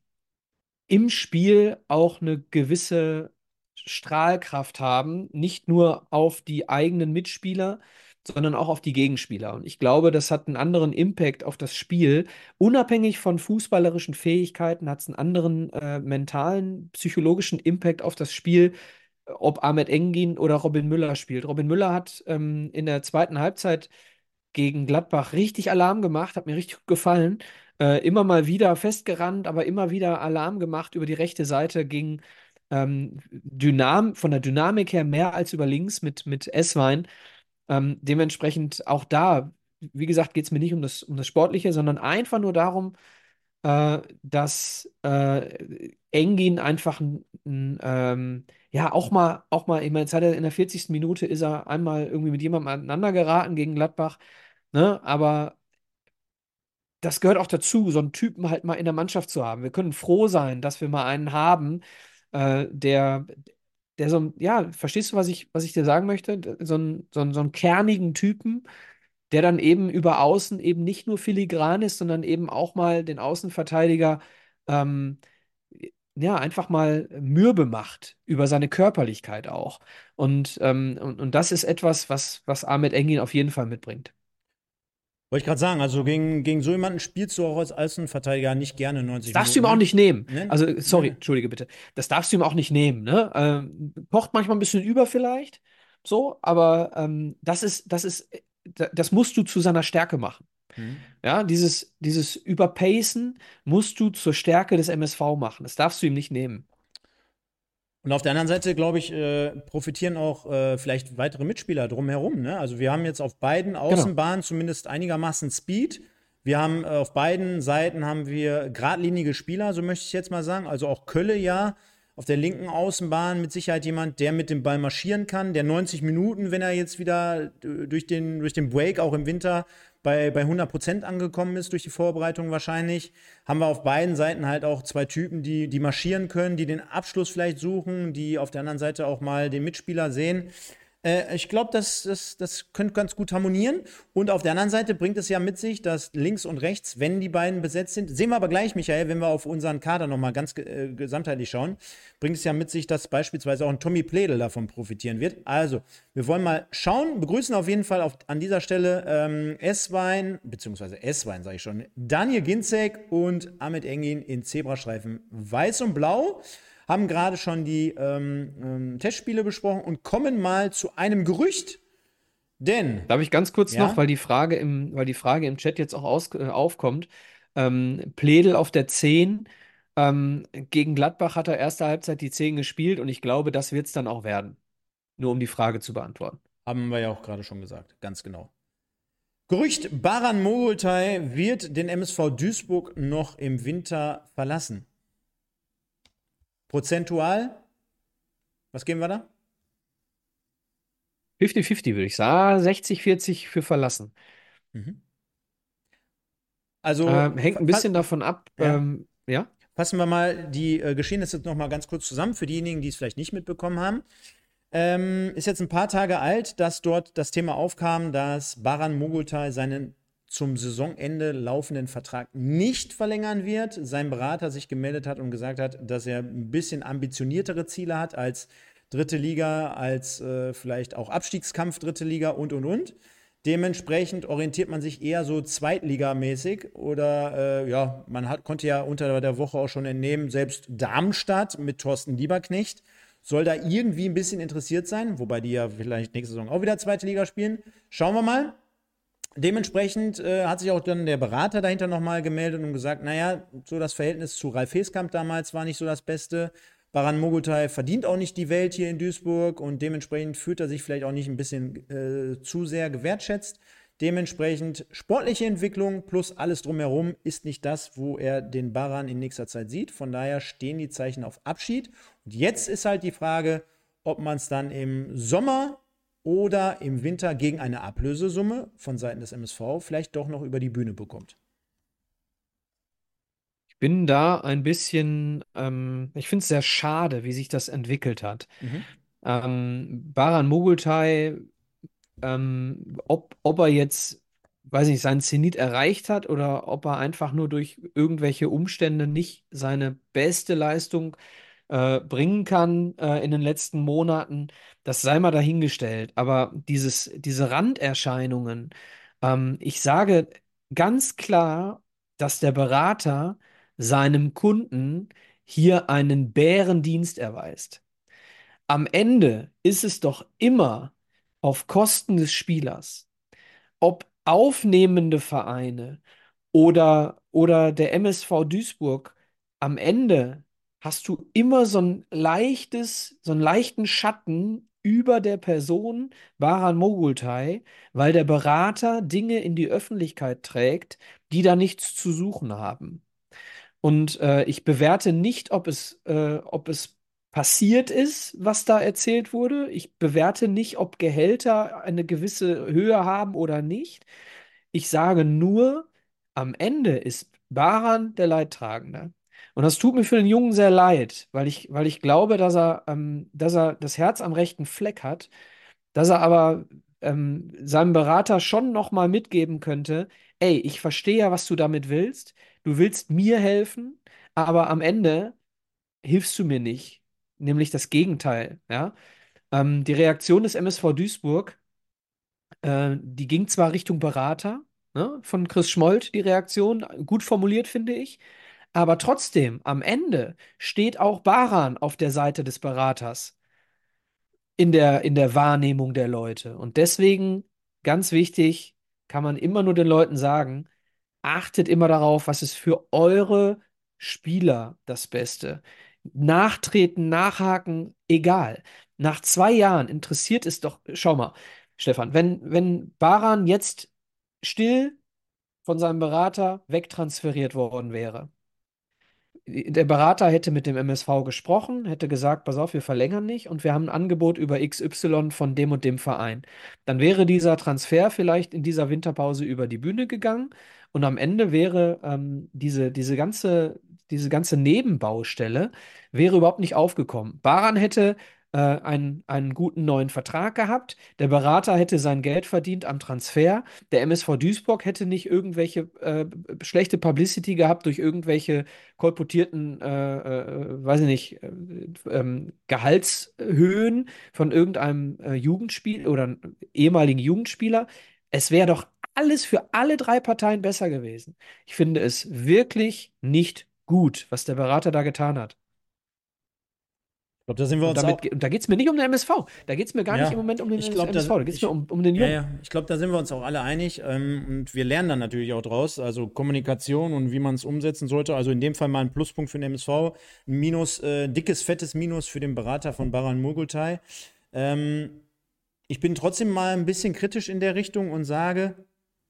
im Spiel auch eine gewisse Strahlkraft haben, nicht nur auf die eigenen Mitspieler, sondern auch auf die Gegenspieler. Und ich glaube, das hat einen anderen Impact auf das Spiel. Unabhängig von fußballerischen Fähigkeiten hat es einen anderen äh, mentalen, psychologischen Impact auf das Spiel, ob Ahmet Engin oder Robin Müller spielt. Robin Müller hat ähm, in der zweiten Halbzeit gegen Gladbach richtig Alarm gemacht, hat mir richtig gut gefallen. Äh, immer mal wieder festgerannt, aber immer wieder Alarm gemacht über die rechte Seite, ging ähm, Dynam von der Dynamik her mehr als über links mit, mit Esswein. Ähm, dementsprechend auch da, wie gesagt, geht es mir nicht um das, um das Sportliche, sondern einfach nur darum, äh, dass äh, Engin einfach ein, ein, ähm, ja auch mal, auch mal, ich meine, jetzt hat er in der vierzigsten Minute ist er einmal irgendwie mit jemandem aneinander geraten gegen Gladbach, ne? Aber das gehört auch dazu, so einen Typen halt mal in der Mannschaft zu haben. Wir können froh sein, dass wir mal einen haben, äh, der, der so, ein- ja, verstehst du, was ich, was ich dir sagen möchte? So einen, so einen, so einen kernigen Typen, der dann eben über Außen eben nicht nur filigran ist, sondern eben auch mal den Außenverteidiger, ähm, ja, einfach mal mürbe macht über seine Körperlichkeit auch. Und, ähm, und, und das ist etwas, was, was Ahmet Engin auf jeden Fall mitbringt. Wollte ich gerade sagen, also gegen, gegen so jemanden spielst du auch als Außenverteidiger nicht gerne Das neunzig darfst du Minuten, ihm auch ne? nicht nehmen. Ne? Also, sorry, Ne? entschuldige bitte. Das darfst du ihm auch nicht nehmen, ne? Ähm, kocht manchmal ein bisschen über vielleicht, so, aber ähm, das ist, das ist, äh, da- das musst du zu seiner Stärke machen. Mhm. Ja, dieses, dieses Überpacen musst du zur Stärke des M S V machen. Das darfst du ihm nicht nehmen. Und auf der anderen Seite, glaube ich, äh, profitieren auch äh, vielleicht weitere Mitspieler drumherum. Ne? Also wir haben jetzt auf beiden Genau. Außenbahnen zumindest einigermaßen Speed. Wir haben äh, auf beiden Seiten haben wir geradlinige Spieler, so möchte ich jetzt mal sagen. Also auch Kölle ja auf der linken Außenbahn mit Sicherheit jemand, der mit dem Ball marschieren kann, der neunzig Minuten, wenn er jetzt wieder äh, durch den, durch den Break auch im Winter bei, bei hundert Prozent angekommen ist, durch die Vorbereitung wahrscheinlich, haben wir auf beiden Seiten halt auch zwei Typen, die, die marschieren können, die den Abschluss vielleicht suchen, die auf der anderen Seite auch mal den Mitspieler sehen. Äh, ich glaube, das, das, das könnte ganz gut harmonieren. Und auf der anderen Seite bringt es ja mit sich, dass links und rechts, wenn die beiden besetzt sind, sehen wir aber gleich, Michael, wenn wir auf unseren Kader nochmal ganz äh, gesamtheitlich schauen, bringt es ja mit sich, dass beispielsweise auch ein Tommy Pledel davon profitieren wird. Also, wir wollen mal schauen, begrüßen auf jeden Fall auf, an dieser Stelle ähm, Esswein, beziehungsweise Esswein, sage ich schon, Daniel Ginzek und Ahmet Engin in Zebrastreifen weiß und blau, haben gerade schon die ähm, ähm, Testspiele besprochen und kommen mal zu einem Gerücht, denn, Darf ich ganz kurz noch, ja, weil die Frage im, weil die Frage im Chat jetzt auch aus, äh, aufkommt. Ähm, Pledel auf der zehn. Ähm, gegen Gladbach hat er erste Halbzeit die zehn gespielt und ich glaube, das wird es dann auch werden. Nur um die Frage zu beantworten. haben wir ja auch gerade schon gesagt, ganz genau. Gerücht, Baran Mogultai wird den M S V Duisburg noch im Winter verlassen. Prozentual, was geben wir da? fünfzig fünfzig würde ich sagen. sechzig vierzig für verlassen. Mhm. Also, Ähm, hängt ein bisschen davon ab, ja. ähm, ja. Fassen wir mal die äh, Geschehnisse noch mal ganz kurz zusammen für diejenigen, die es vielleicht nicht mitbekommen haben. Ähm, ist jetzt ein paar Tage alt, dass dort das Thema aufkam, dass Baran Mogultai seinen zum Saisonende laufenden Vertrag nicht verlängern wird. Sein Berater sich gemeldet hat und gesagt hat, dass er ein bisschen ambitioniertere Ziele hat als dritte Liga, als äh, vielleicht auch Abstiegskampf dritte Liga und, und, und. Dementsprechend orientiert man sich eher so zweitligamäßig oder äh, ja, man hat, konnte ja unter der Woche auch schon entnehmen, selbst Darmstadt mit Thorsten Lieberknecht soll da irgendwie ein bisschen interessiert sein, wobei die ja vielleicht nächste Saison auch wieder zweite Liga spielen. Schauen wir mal. Dementsprechend äh, hat sich auch dann der Berater dahinter nochmal gemeldet und gesagt, naja, so das Verhältnis zu Ralf Heeskamp damals war nicht so das Beste. Baran Mogultai verdient auch nicht die Welt hier in Duisburg und dementsprechend fühlt er sich vielleicht auch nicht ein bisschen äh, zu sehr gewertschätzt. Dementsprechend sportliche Entwicklung plus alles drumherum ist nicht das, wo er den Baran in nächster Zeit sieht. Von daher stehen die Zeichen auf Abschied. Und jetzt ist halt die Frage, ob man es dann im Sommer oder im Winter gegen eine Ablösesumme von Seiten des M S V vielleicht doch noch über die Bühne bekommt. Ich bin da ein bisschen, ähm, ich finde es sehr schade, wie sich das entwickelt hat. Mhm. Ähm, Baran Mogultai, ähm, ob, ob er jetzt, weiß nicht, seinen Zenit erreicht hat oder ob er einfach nur durch irgendwelche Umstände nicht seine beste Leistung äh, bringen kann äh, in den letzten Monaten, das sei mal dahingestellt. Aber dieses, diese Randerscheinungen, ähm, ich sage ganz klar, dass der Berater seinem Kunden hier einen Bärendienst erweist. Am Ende ist es doch immer auf Kosten des Spielers, ob aufnehmende Vereine oder, oder der M S V Duisburg, am Ende hast du immer so ein leichtes, so einen leichten Schatten über der Person Baran Mogultai, weil der Berater Dinge in die Öffentlichkeit trägt, die da nichts zu suchen haben. Und äh, ich bewerte nicht, ob es, äh, ob es passiert ist, was da erzählt wurde. Ich bewerte nicht, ob Gehälter eine gewisse Höhe haben oder nicht. Ich sage nur, am Ende ist Baran der Leidtragende. Und das tut mir für den Jungen sehr leid, weil ich, weil ich glaube, dass er, ähm, dass er das Herz am rechten Fleck hat, dass er aber ähm, seinem Berater schon noch mal mitgeben könnte, ey, ich verstehe ja, was du damit willst. Du willst mir helfen, aber am Ende hilfst du mir nicht. Nämlich das Gegenteil, ja. Ähm, die Reaktion des M S V Duisburg, äh, die ging zwar Richtung Berater, ne, von Chris Schmold, die Reaktion, gut formuliert, finde ich, aber trotzdem, am Ende steht auch Baran auf der Seite des Beraters in der, in der Wahrnehmung der Leute. Und deswegen, ganz wichtig, kann man immer nur den Leuten sagen, achtet immer darauf, was ist für eure Spieler das Beste. Nachtreten, nachhaken, egal. Nach zwei Jahren interessiert es doch, schau mal, Stefan, wenn, wenn Baran jetzt still von seinem Berater wegtransferiert worden wäre, der Berater hätte mit dem M S V gesprochen, hätte gesagt, pass auf, wir verlängern nicht und wir haben ein Angebot über X Y von dem und dem Verein. Dann wäre dieser Transfer vielleicht in dieser Winterpause über die Bühne gegangen und am Ende wäre ähm, diese, diese ganze, diese ganze Nebenbaustelle wäre überhaupt nicht aufgekommen. Baran hätte äh, einen, einen guten neuen Vertrag gehabt, der Berater hätte sein Geld verdient am Transfer, der M S V Duisburg hätte nicht irgendwelche äh, schlechte Publicity gehabt durch irgendwelche kolportierten, äh, äh, weiß ich nicht, äh, ähm, Gehaltshöhen von irgendeinem äh, Jugendspiel oder ehemaligen Jugendspieler. Es wäre doch alles für alle drei Parteien besser gewesen. Ich finde es wirklich nicht gut, was der Berater da getan hat. Ich glaube, da sind wir Und uns damit, auch. ge- und da geht es mir nicht um den M S V. Da geht es mir gar nicht im Ja, Moment um den ich glaube, da, M S V. Da geht es mir ich, um, um den ja, Jungen. ja, ich glaube, da sind wir uns auch alle einig. Ähm, und wir lernen dann natürlich auch draus. Also Kommunikation und wie man es umsetzen sollte. Also in dem Fall mal ein Pluspunkt für den M S V, ein Minus, äh, dickes, fettes Minus für den Berater von Baran Mogultai. Ähm, ich bin trotzdem mal ein bisschen kritisch in der Richtung und sage,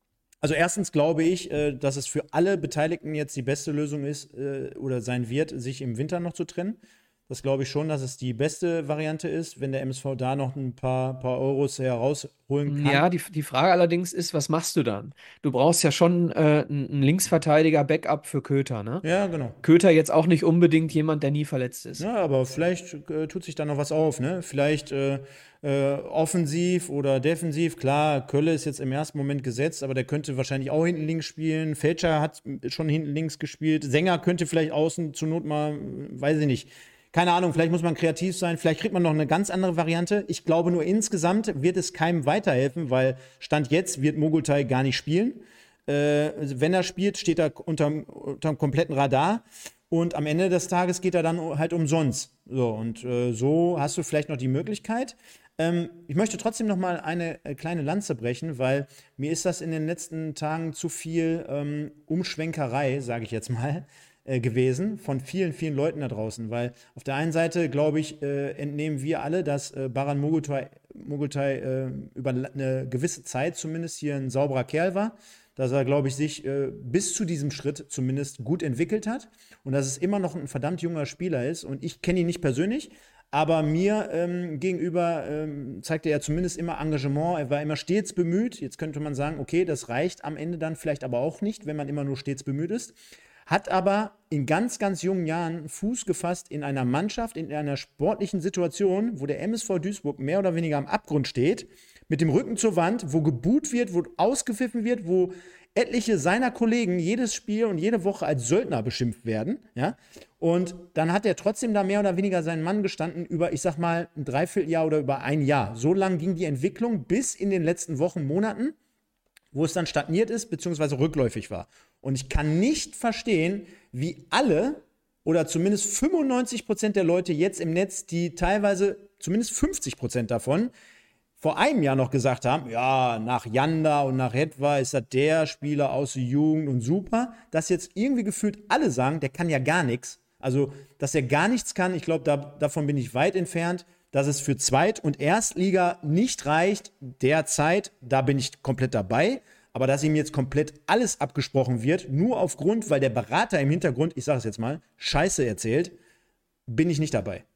Also erstens glaube ich, äh, dass es für alle Beteiligten jetzt die beste Lösung ist äh, oder sein wird, sich im Winter noch zu trennen. Das glaube ich schon, dass es die beste Variante ist, wenn der M S V da noch ein paar, paar Euros herausholen kann. Ja, die, die Frage allerdings ist, was machst du dann? Du brauchst ja schon äh, einen einen Linksverteidiger-Backup für Köter, ne? Ja, genau. Köter jetzt auch nicht unbedingt jemand, der nie verletzt ist. Ja, aber vielleicht äh, tut sich da noch was auf, ne? Vielleicht äh, äh, offensiv oder defensiv. Klar, Kölle ist jetzt im ersten Moment gesetzt, aber der könnte wahrscheinlich auch hinten links spielen. Fälscher hat schon hinten links gespielt. Sänger könnte vielleicht außen zur Not mal, weiß ich nicht. Keine Ahnung, vielleicht muss man kreativ sein, vielleicht kriegt man noch eine ganz andere Variante. Ich glaube nur insgesamt wird es keinem weiterhelfen, weil Stand jetzt wird Mogultai gar nicht spielen. Äh, wenn er spielt, steht er unterm, unterm kompletten Radar. Und am Ende des Tages geht er dann halt umsonst. So, und äh, so hast du vielleicht noch die Möglichkeit. Ähm, ich möchte trotzdem noch mal eine äh, kleine Lanze brechen, weil mir ist das in den letzten Tagen zu viel ähm, Umschwenkerei, sage ich jetzt mal, äh, gewesen von vielen, vielen Leuten da draußen. Weil auf der einen Seite, glaube ich, äh, entnehmen wir alle, dass äh, Baran Mogultai, Mogultai äh, über eine gewisse Zeit zumindest hier ein sauberer Kerl war. Dass er, glaube ich, sich äh, bis zu diesem Schritt zumindest gut entwickelt hat und dass es immer noch ein verdammt junger Spieler ist. Und ich kenne ihn nicht persönlich, aber mir ähm, gegenüber ähm, zeigte er zumindest immer Engagement. Er war immer stets bemüht. Jetzt könnte man sagen, okay, das reicht am Ende dann vielleicht aber auch nicht, wenn man immer nur stets bemüht ist. Hat aber in ganz, ganz jungen Jahren Fuß gefasst in einer Mannschaft, in einer sportlichen Situation, wo der M S V Duisburg mehr oder weniger am Abgrund steht, mit dem Rücken zur Wand, wo gebuht wird, wo ausgepfiffen wird, wo etliche seiner Kollegen jedes Spiel und jede Woche als Söldner beschimpft werden, ja. Und dann hat er trotzdem da mehr oder weniger seinen Mann gestanden über, ich sag mal, ein Dreivierteljahr oder über ein Jahr. So lang ging die Entwicklung bis in den letzten Wochen, Monaten, wo es dann stagniert ist, beziehungsweise rückläufig war. Und ich kann nicht verstehen, wie alle oder zumindest fünfundneunzig Prozent der Leute jetzt im Netz, die teilweise zumindest fünfzig Prozent davon vor einem Jahr noch gesagt haben, ja, nach Janda und nach Hetwa ist das der Spieler aus der Jugend und super, dass jetzt irgendwie gefühlt alle sagen, der kann ja gar nichts. Also, dass er gar nichts kann, ich glaube, da, davon bin ich weit entfernt. Dass es für Zweit- und Erstliga nicht reicht, derzeit, da bin ich komplett dabei. Aber dass ihm jetzt komplett alles abgesprochen wird, nur aufgrund, weil der Berater im Hintergrund, ich sage es jetzt mal, Scheiße erzählt, bin ich nicht dabei.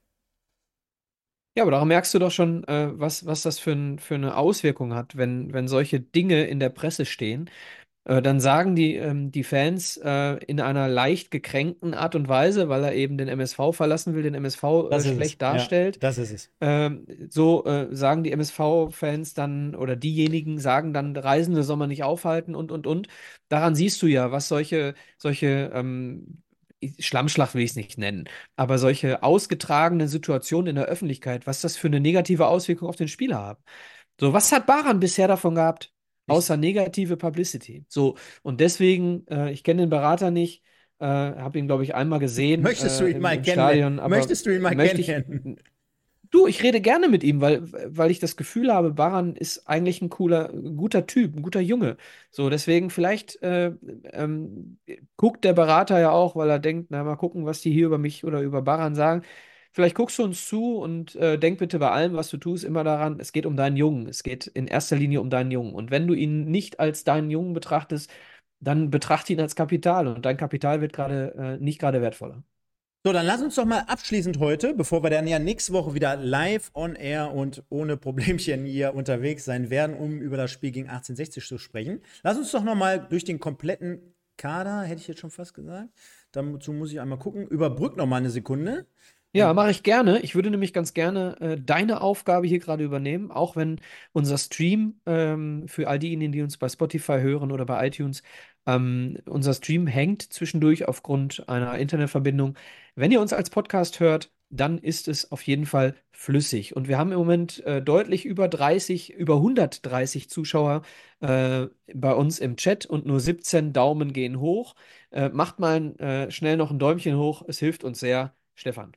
Ja, aber daran merkst du doch schon, äh, was, was das für, ein, für eine Auswirkung hat, wenn, wenn solche Dinge in der Presse stehen. Äh, dann sagen die, ähm, die Fans äh, in einer leicht gekränkten Art und Weise, weil er eben den M S V verlassen will, den M S V äh, Das ist es. schlecht Ja, darstellt. das ist es. Ähm, so äh, sagen die M S V-Fans dann oder diejenigen sagen dann, Reisende soll man nicht aufhalten und und und. Daran siehst du ja, was solche, solche ähm, Schlammschlacht will ich es nicht nennen, aber solche ausgetragenen Situationen in der Öffentlichkeit, was das für eine negative Auswirkung auf den Spieler haben. So, was hat Baran bisher davon gehabt? Außer Nichts. negative Publicity. So, und deswegen, äh, ich kenne den Berater nicht, äh, habe ihn, glaube ich, einmal gesehen Möchtest du äh, ihn im, mal im kennenlernen? Stadion, aber Möchtest du ihn mal möchte ich. kennenlernen? Du, ich rede gerne mit ihm, weil, weil ich das Gefühl habe, Baran ist eigentlich ein cooler, guter Typ, ein guter Junge. So, deswegen vielleicht äh, ähm, guckt der Berater ja auch, weil er denkt, na, mal gucken, was die hier über mich oder über Baran sagen. Vielleicht guckst du uns zu und äh, denk bitte bei allem, was du tust, immer daran, es geht um deinen Jungen. Es geht in erster Linie um deinen Jungen. Und wenn du ihn nicht als deinen Jungen betrachtest, dann betrachte ihn als Kapital. Und dein Kapital wird gerade äh, nicht gerade wertvoller. So, dann lass uns doch mal abschließend heute, bevor wir dann ja nächste Woche wieder live on air und ohne Problemchen hier unterwegs sein werden, um über das Spiel gegen achtzehnhundertsechzig zu sprechen. Lass uns doch noch mal durch den kompletten Kader, hätte ich jetzt schon fast gesagt, dazu muss ich einmal gucken, überbrück noch mal eine Sekunde. Ja, mache ich gerne. Ich würde nämlich ganz gerne äh, deine Aufgabe hier gerade übernehmen, auch wenn unser Stream ähm, für all diejenigen, die uns bei Spotify hören oder bei iTunes, ähm, unser Stream hängt zwischendurch aufgrund einer Internetverbindung. Wenn ihr uns als Podcast hört, dann ist es auf jeden Fall flüssig. Und wir haben im Moment äh, deutlich über dreißig, über hundertdreißig Zuschauer äh, bei uns im Chat und nur siebzehn Daumen gehen hoch. Äh, macht mal äh, schnell noch ein Däumchen hoch, es hilft uns sehr. Stefan.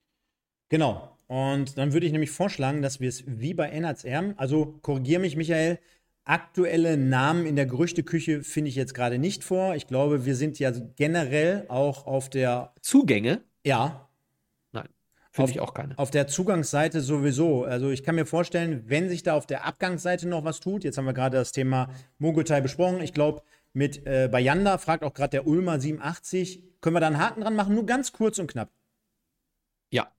Genau. Und dann würde ich nämlich vorschlagen, dass wir es wie bei Ennerts Erben, also korrigiere mich, Michael, aktuelle Namen in der Gerüchteküche finde ich jetzt gerade nicht vor. Ich glaube, wir sind ja generell auch auf der. Zugänge? Ja. Nein. finde Auf, ich auch keine. auf der Zugangsseite sowieso. Also ich kann mir vorstellen, wenn sich da auf der Abgangsseite noch was tut, jetzt haben wir gerade das Thema Mogultai besprochen. Ich glaube, mit äh, Bayanda fragt auch gerade der Ulmer siebenundachtzig, können wir da einen Haken dran machen? Nur ganz kurz und knapp. Ja,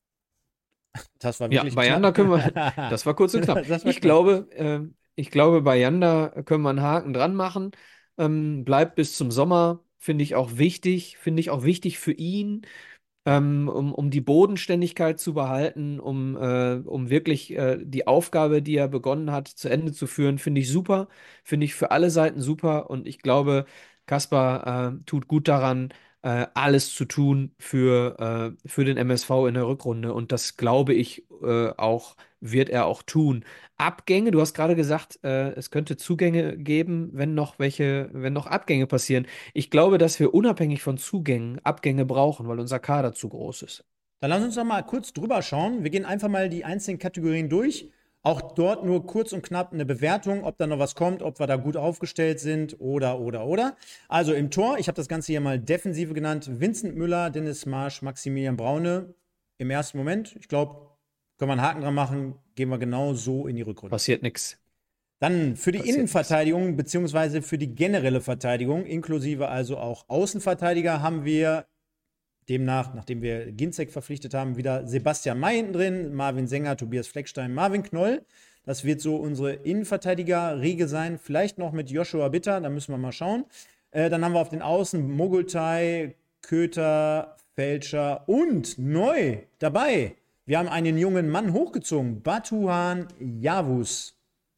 Das war ja, wirklich Bayanda knapp. können wir, das war kurz und knapp. Das war Ich knapp. glaube, äh, ich glaube, Bayanda können wir einen Haken dran machen. Ähm, bleibt bis zum Sommer, finde ich auch wichtig, finde ich auch wichtig für ihn. ähm, um, um die Bodenständigkeit zu behalten, um, äh, um wirklich äh, die Aufgabe, die er begonnen hat, zu Ende zu führen, finde ich super, finde ich für alle Seiten super und ich glaube, Kaspar äh, tut gut daran, äh, alles zu tun für, äh, für den M S V in der Rückrunde und das glaube ich äh, auch, wird er auch tun. Abgänge, du hast gerade gesagt, äh, es könnte Zugänge geben, wenn noch welche, wenn noch Abgänge passieren. Ich glaube, dass wir unabhängig von Zugängen Abgänge brauchen, weil unser Kader zu groß ist. Dann lass uns doch mal kurz drüber schauen. Wir gehen einfach mal die einzelnen Kategorien durch. Auch dort nur kurz und knapp eine Bewertung, ob da noch was kommt, ob wir da gut aufgestellt sind oder, oder, oder. Also im Tor, ich habe das Ganze hier mal Defensive genannt. Vincent Müller, Dennis Marsch, Maximilian Braune. Im ersten Moment, ich glaube, können wir einen Haken dran machen, gehen wir genau so in die Rückrunde. Passiert nichts. Dann für die Passiert Innenverteidigung beziehungsweise für die generelle Verteidigung, inklusive also auch Außenverteidiger, haben wir demnach, nachdem wir Ginzek verpflichtet haben, wieder Sebastian May hinten drin, Marvin Sänger, Tobias Fleckstein, Marvin Knoll. Das wird so unsere Innenverteidiger-Riege sein. Vielleicht noch mit Joshua Bitter, da müssen wir mal schauen. Äh, dann haben wir auf den Außen Mogultai, Köter, Fälscher und neu dabei. Wir haben einen jungen Mann hochgezogen, Batuhan Yavuz.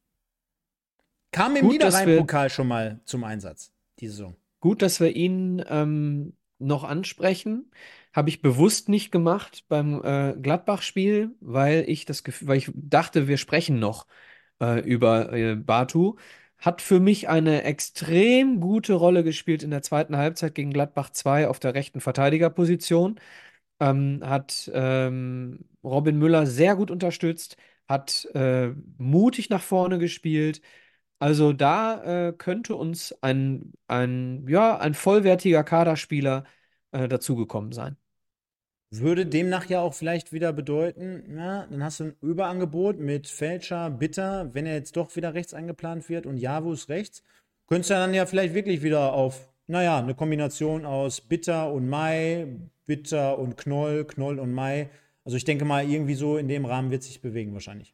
Kam im Gut, dass wir, Niederrhein-Pokal schon mal zum Einsatz, die Saison. gut, dass wir ihn ähm, noch ansprechen. Habe ich bewusst nicht gemacht beim äh, Gladbach-Spiel, weil ich das Gefühl, weil ich dachte, wir sprechen noch äh, über äh, Batu. Hat für mich eine extrem gute Rolle gespielt in der zweiten Halbzeit gegen Gladbach zwei auf der rechten Verteidigerposition. Ähm, hat ähm, Robin Müller sehr gut unterstützt, hat äh, mutig nach vorne gespielt. Also da äh, könnte uns ein, ein, ja, ein vollwertiger Kaderspieler äh, dazugekommen sein. Würde demnach ja auch vielleicht wieder bedeuten, ja, dann hast du ein Überangebot mit Fälscher, Bitter, wenn er jetzt doch wieder rechts eingeplant wird und Javus rechts, könntest du dann ja vielleicht wirklich wieder auf, naja, eine Kombination aus Bitter und Mai, Bitter und Knoll, Knoll und Mai. Also ich denke mal, irgendwie so in dem Rahmen wird sich bewegen wahrscheinlich.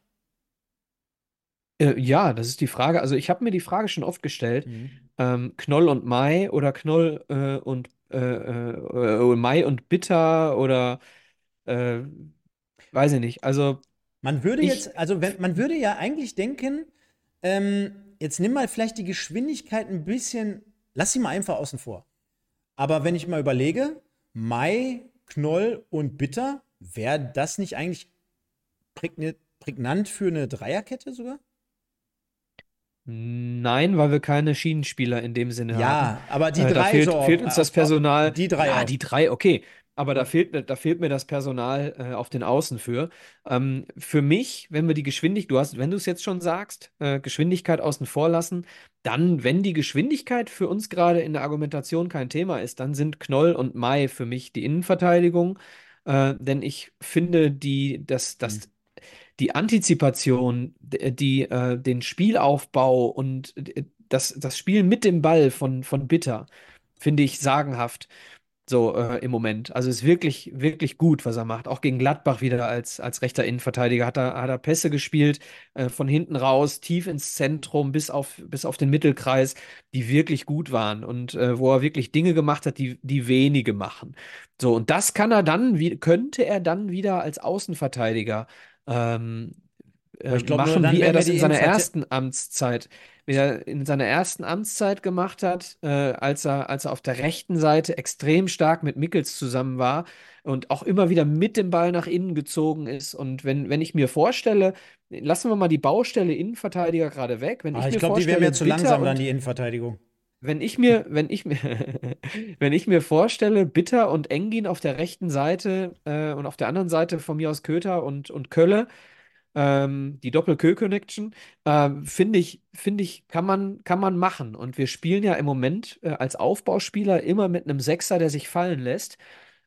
Äh, ja, das ist die Frage. Also ich habe mir die Frage schon oft gestellt, Mhm. ähm, Knoll und Mai oder Knoll äh, und äh, äh, äh, Mai und Bitter oder äh, weiß ich nicht. Also Man würde ich, jetzt, also wenn, man würde ja eigentlich denken, ähm, jetzt nimm mal vielleicht die Geschwindigkeit ein bisschen, lass sie mal einfach außen vor. Aber wenn ich mal überlege, Mai, Knoll und Bitter, wäre das nicht eigentlich prägn- prägnant für eine Dreierkette sogar? nein, weil wir keine Schienenspieler in dem Sinne haben. Ja, aber die Äh, da drei so fehlt, auf, fehlt uns das auf, auf Personal. die drei Ja, auf. die drei, okay. Aber da Und fehlt, mir- da fehlt mir das Personal äh, auf den Außen für. Ähm, für mich, wenn wir die Geschwindigkeit, du hast, wenn du es jetzt schon sagst, äh, Geschwindigkeit außen vor lassen, dann, wenn die Geschwindigkeit für uns gerade in der Argumentation kein Thema ist, dann sind Knoll und Mai für mich die Innenverteidigung. Äh, denn ich finde, die, das, hm. das die Antizipation, d- die, äh, den Spielaufbau und äh, das, das Spiel mit dem Ball von, von Bitter finde ich sagenhaft. So äh, im Moment. Also ist wirklich, wirklich gut, was er macht. Auch gegen Gladbach wieder als, als rechter Innenverteidiger hat er, hat er Pässe gespielt, äh, von hinten raus, tief ins Zentrum, bis auf, bis auf den Mittelkreis, die wirklich gut waren und äh, wo er wirklich Dinge gemacht hat, die, die wenige machen. So, und das kann er dann, wie, könnte er dann wieder als Außenverteidiger ähm, Aber äh, ich glaube nur, machen, dann wie er werden wir das die in seiner Innenverteidigung. ersten Amtszeit, wie er in seiner ersten Amtszeit gemacht hat, äh, als er, als er auf der rechten Seite extrem stark mit Mickels zusammen war und auch immer wieder mit dem Ball nach innen gezogen ist. Und wenn, wenn ich mir vorstelle, lassen wir mal die Baustelle Innenverteidiger gerade weg, wenn Ah, ich ich mir glaube, die wäre vorstelle, mir zu Bitter langsam dann, und die Innenverteidigung. wenn ich mir, wenn ich mir, wenn ich mir vorstelle, Bitter und Engin auf der rechten Seite äh, und auf der anderen Seite von mir aus Köter und, und Kölle, ähm, die Doppel-Kö-Connection, ähm, finde ich, finde ich, kann man, kann man machen. Und wir spielen ja im Moment äh, als Aufbauspieler immer mit einem Sechser, der sich fallen lässt.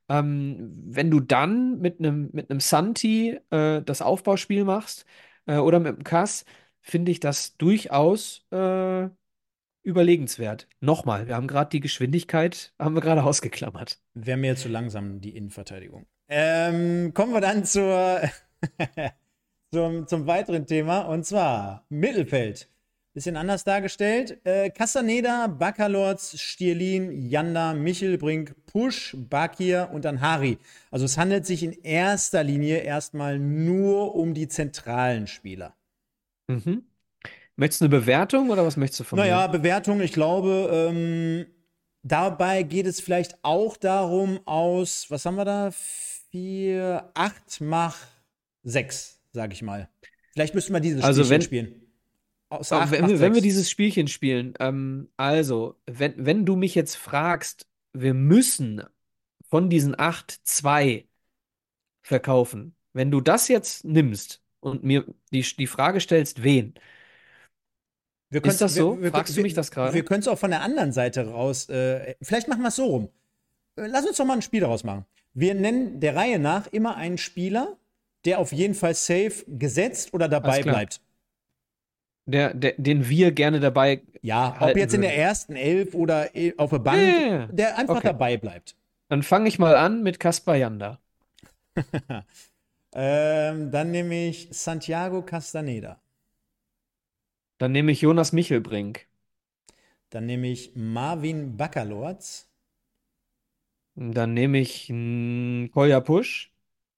Ähm, wenn du dann mit einem mit einem Santi äh, das Aufbauspiel machst äh, oder mit einem Kass, finde ich das durchaus äh, überlegenswert. Nochmal, wir haben gerade die Geschwindigkeit, haben wir gerade ausgeklammert. Wäre mir zu langsam, die Innenverteidigung. Ähm, kommen wir dann zur, zum, zum weiteren Thema, und zwar Mittelfeld. Bisschen anders dargestellt. Äh, Castaneda, Baccalords, Stierlin, Janda, Michelbrink, Pusch, Bakir und dann Hari. Also es handelt sich in erster Linie erstmal nur um die zentralen Spieler. Mhm. Möchtest du eine Bewertung oder was möchtest du von Naja, mir? Bewertung, ich glaube, ähm, dabei geht es vielleicht auch darum, aus, was haben wir da? Vier, acht mach sechs, sag ich mal. Vielleicht müssten wir dieses Also Spielchen wenn, spielen. Aus äh, acht wenn macht wir, wenn wir sechs. dieses Spielchen spielen, ähm, also, wenn, wenn du mich jetzt fragst, wir müssen von diesen acht zwei verkaufen. Wenn du das jetzt nimmst und mir die, die Frage stellst, wen, Wir können ist das es wir, so? wir, Fragst du mich wir, das wir gerade? können's auch von der anderen Seite raus. Äh, vielleicht machen wir es so rum. Äh, Lass uns doch mal ein Spiel daraus machen. Wir nennen der Reihe nach immer einen Spieler, der auf jeden Fall safe gesetzt oder Alles dabei klar. bleibt. Der, der, den wir gerne dabei Ja, ob halten jetzt in der würden. ersten Elf oder eh auf der Ja, ja, Bank, ja, ja. der einfach Okay. dabei bleibt. Dann fange ich mal an mit Kaspar Janda. ähm, dann nehme ich Santiago Castaneda. Dann nehme ich Jonas Michelbrink. Dann nehme ich Marvin Baccalords. Dann nehme ich mm, Kolja Pusch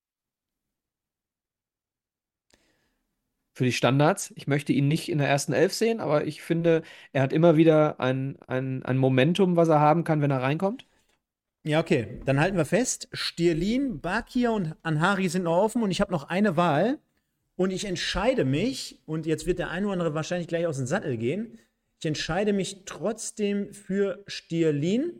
für die Standards. Ich möchte ihn nicht in der ersten Elf sehen, aber ich finde, er hat immer wieder ein, ein, ein Momentum, was er haben kann, wenn er reinkommt. Ja, okay. Dann halten wir fest. Stierlin, Bakir und Anhari sind noch offen und ich habe noch eine Wahl. Und ich entscheide mich, und jetzt wird der eine oder andere wahrscheinlich gleich aus dem Sattel gehen, ich entscheide mich trotzdem für Stierlin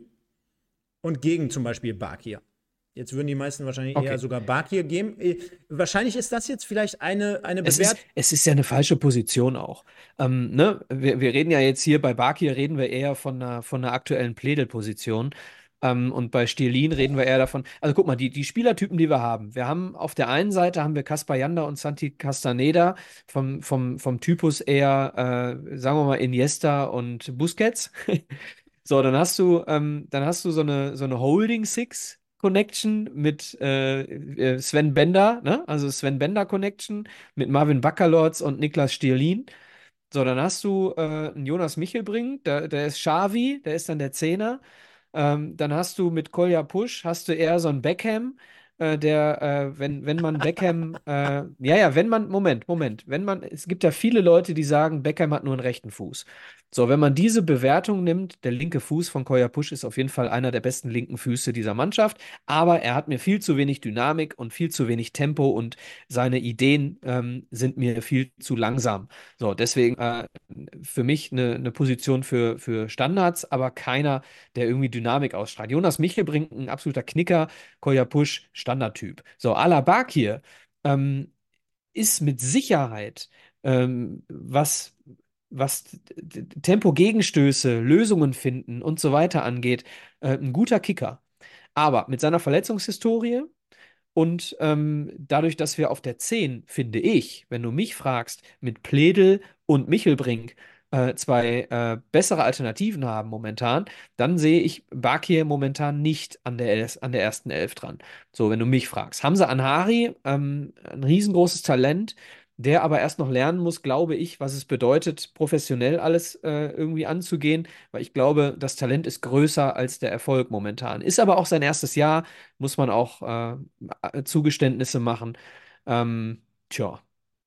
und gegen zum Beispiel Bakir. Jetzt würden die meisten wahrscheinlich eher Okay. sogar Bakir geben. Äh, Wahrscheinlich ist das jetzt vielleicht eine, eine Es ist, Bewertung. es ist ja eine falsche Position auch. Ähm, ne? Wir, wir reden ja jetzt hier bei Bakir reden wir eher von einer, von einer aktuellen Pledel-Position. Ähm, und bei Stierlin reden wir eher davon. Also guck mal, die, die Spielertypen, die wir haben. Wir haben auf der einen Seite haben wir Kaspar Janda und Santi Castaneda vom, vom, vom Typus eher, äh, sagen wir mal, Iniesta und Busquets. So, dann hast du, ähm, dann hast du so eine, so eine Holding Six Connection mit äh, äh, Sven Bender, ne? Also Sven Bender Connection mit Marvin Baccalords und Niklas Stierlin. So, dann hast du äh, einen Jonas Michelbrink, der, der ist Xavi, der ist dann der Zehner. Ähm, dann hast du mit Kolja Pusch, hast du eher so einen Beckham, äh, der, äh, wenn, wenn man Beckham, äh, ja, ja, wenn man, Moment, Moment, wenn man, es gibt ja viele Leute, die sagen, Beckham hat nur einen rechten Fuß. So, wenn man diese Bewertung nimmt, der linke Fuß von Kolja Pusch ist auf jeden Fall einer der besten linken Füße dieser Mannschaft, aber er hat mir viel zu wenig Dynamik und viel zu wenig Tempo und seine Ideen ähm, sind mir viel zu langsam. So, deswegen äh, für mich eine, eine Position für, für Standards, aber keiner, der irgendwie Dynamik ausstrahlt. Jonas Michelbrink, ein absoluter Knicker, Kolja Pusch, Standardtyp. So, Alaba hier ähm, ist mit Sicherheit, ähm, was, was Tempo-Gegenstöße, Lösungen finden und so weiter angeht, äh, ein guter Kicker. Aber mit seiner Verletzungshistorie und ähm, dadurch, dass wir auf der zehn, finde ich, wenn du mich fragst, mit Pledel und Michelbrink äh, zwei äh, bessere Alternativen haben momentan, dann sehe ich Bakir momentan nicht an der, Els- an der ersten Elf dran. So, wenn du mich fragst. Hamza Anhari, ähm, ein riesengroßes Talent, der aber erst noch lernen muss, glaube ich, was es bedeutet, professionell alles äh, irgendwie anzugehen, weil ich glaube, das Talent ist größer als der Erfolg momentan. Ist aber auch sein erstes Jahr, muss man auch äh, Zugeständnisse machen. Ähm, tja,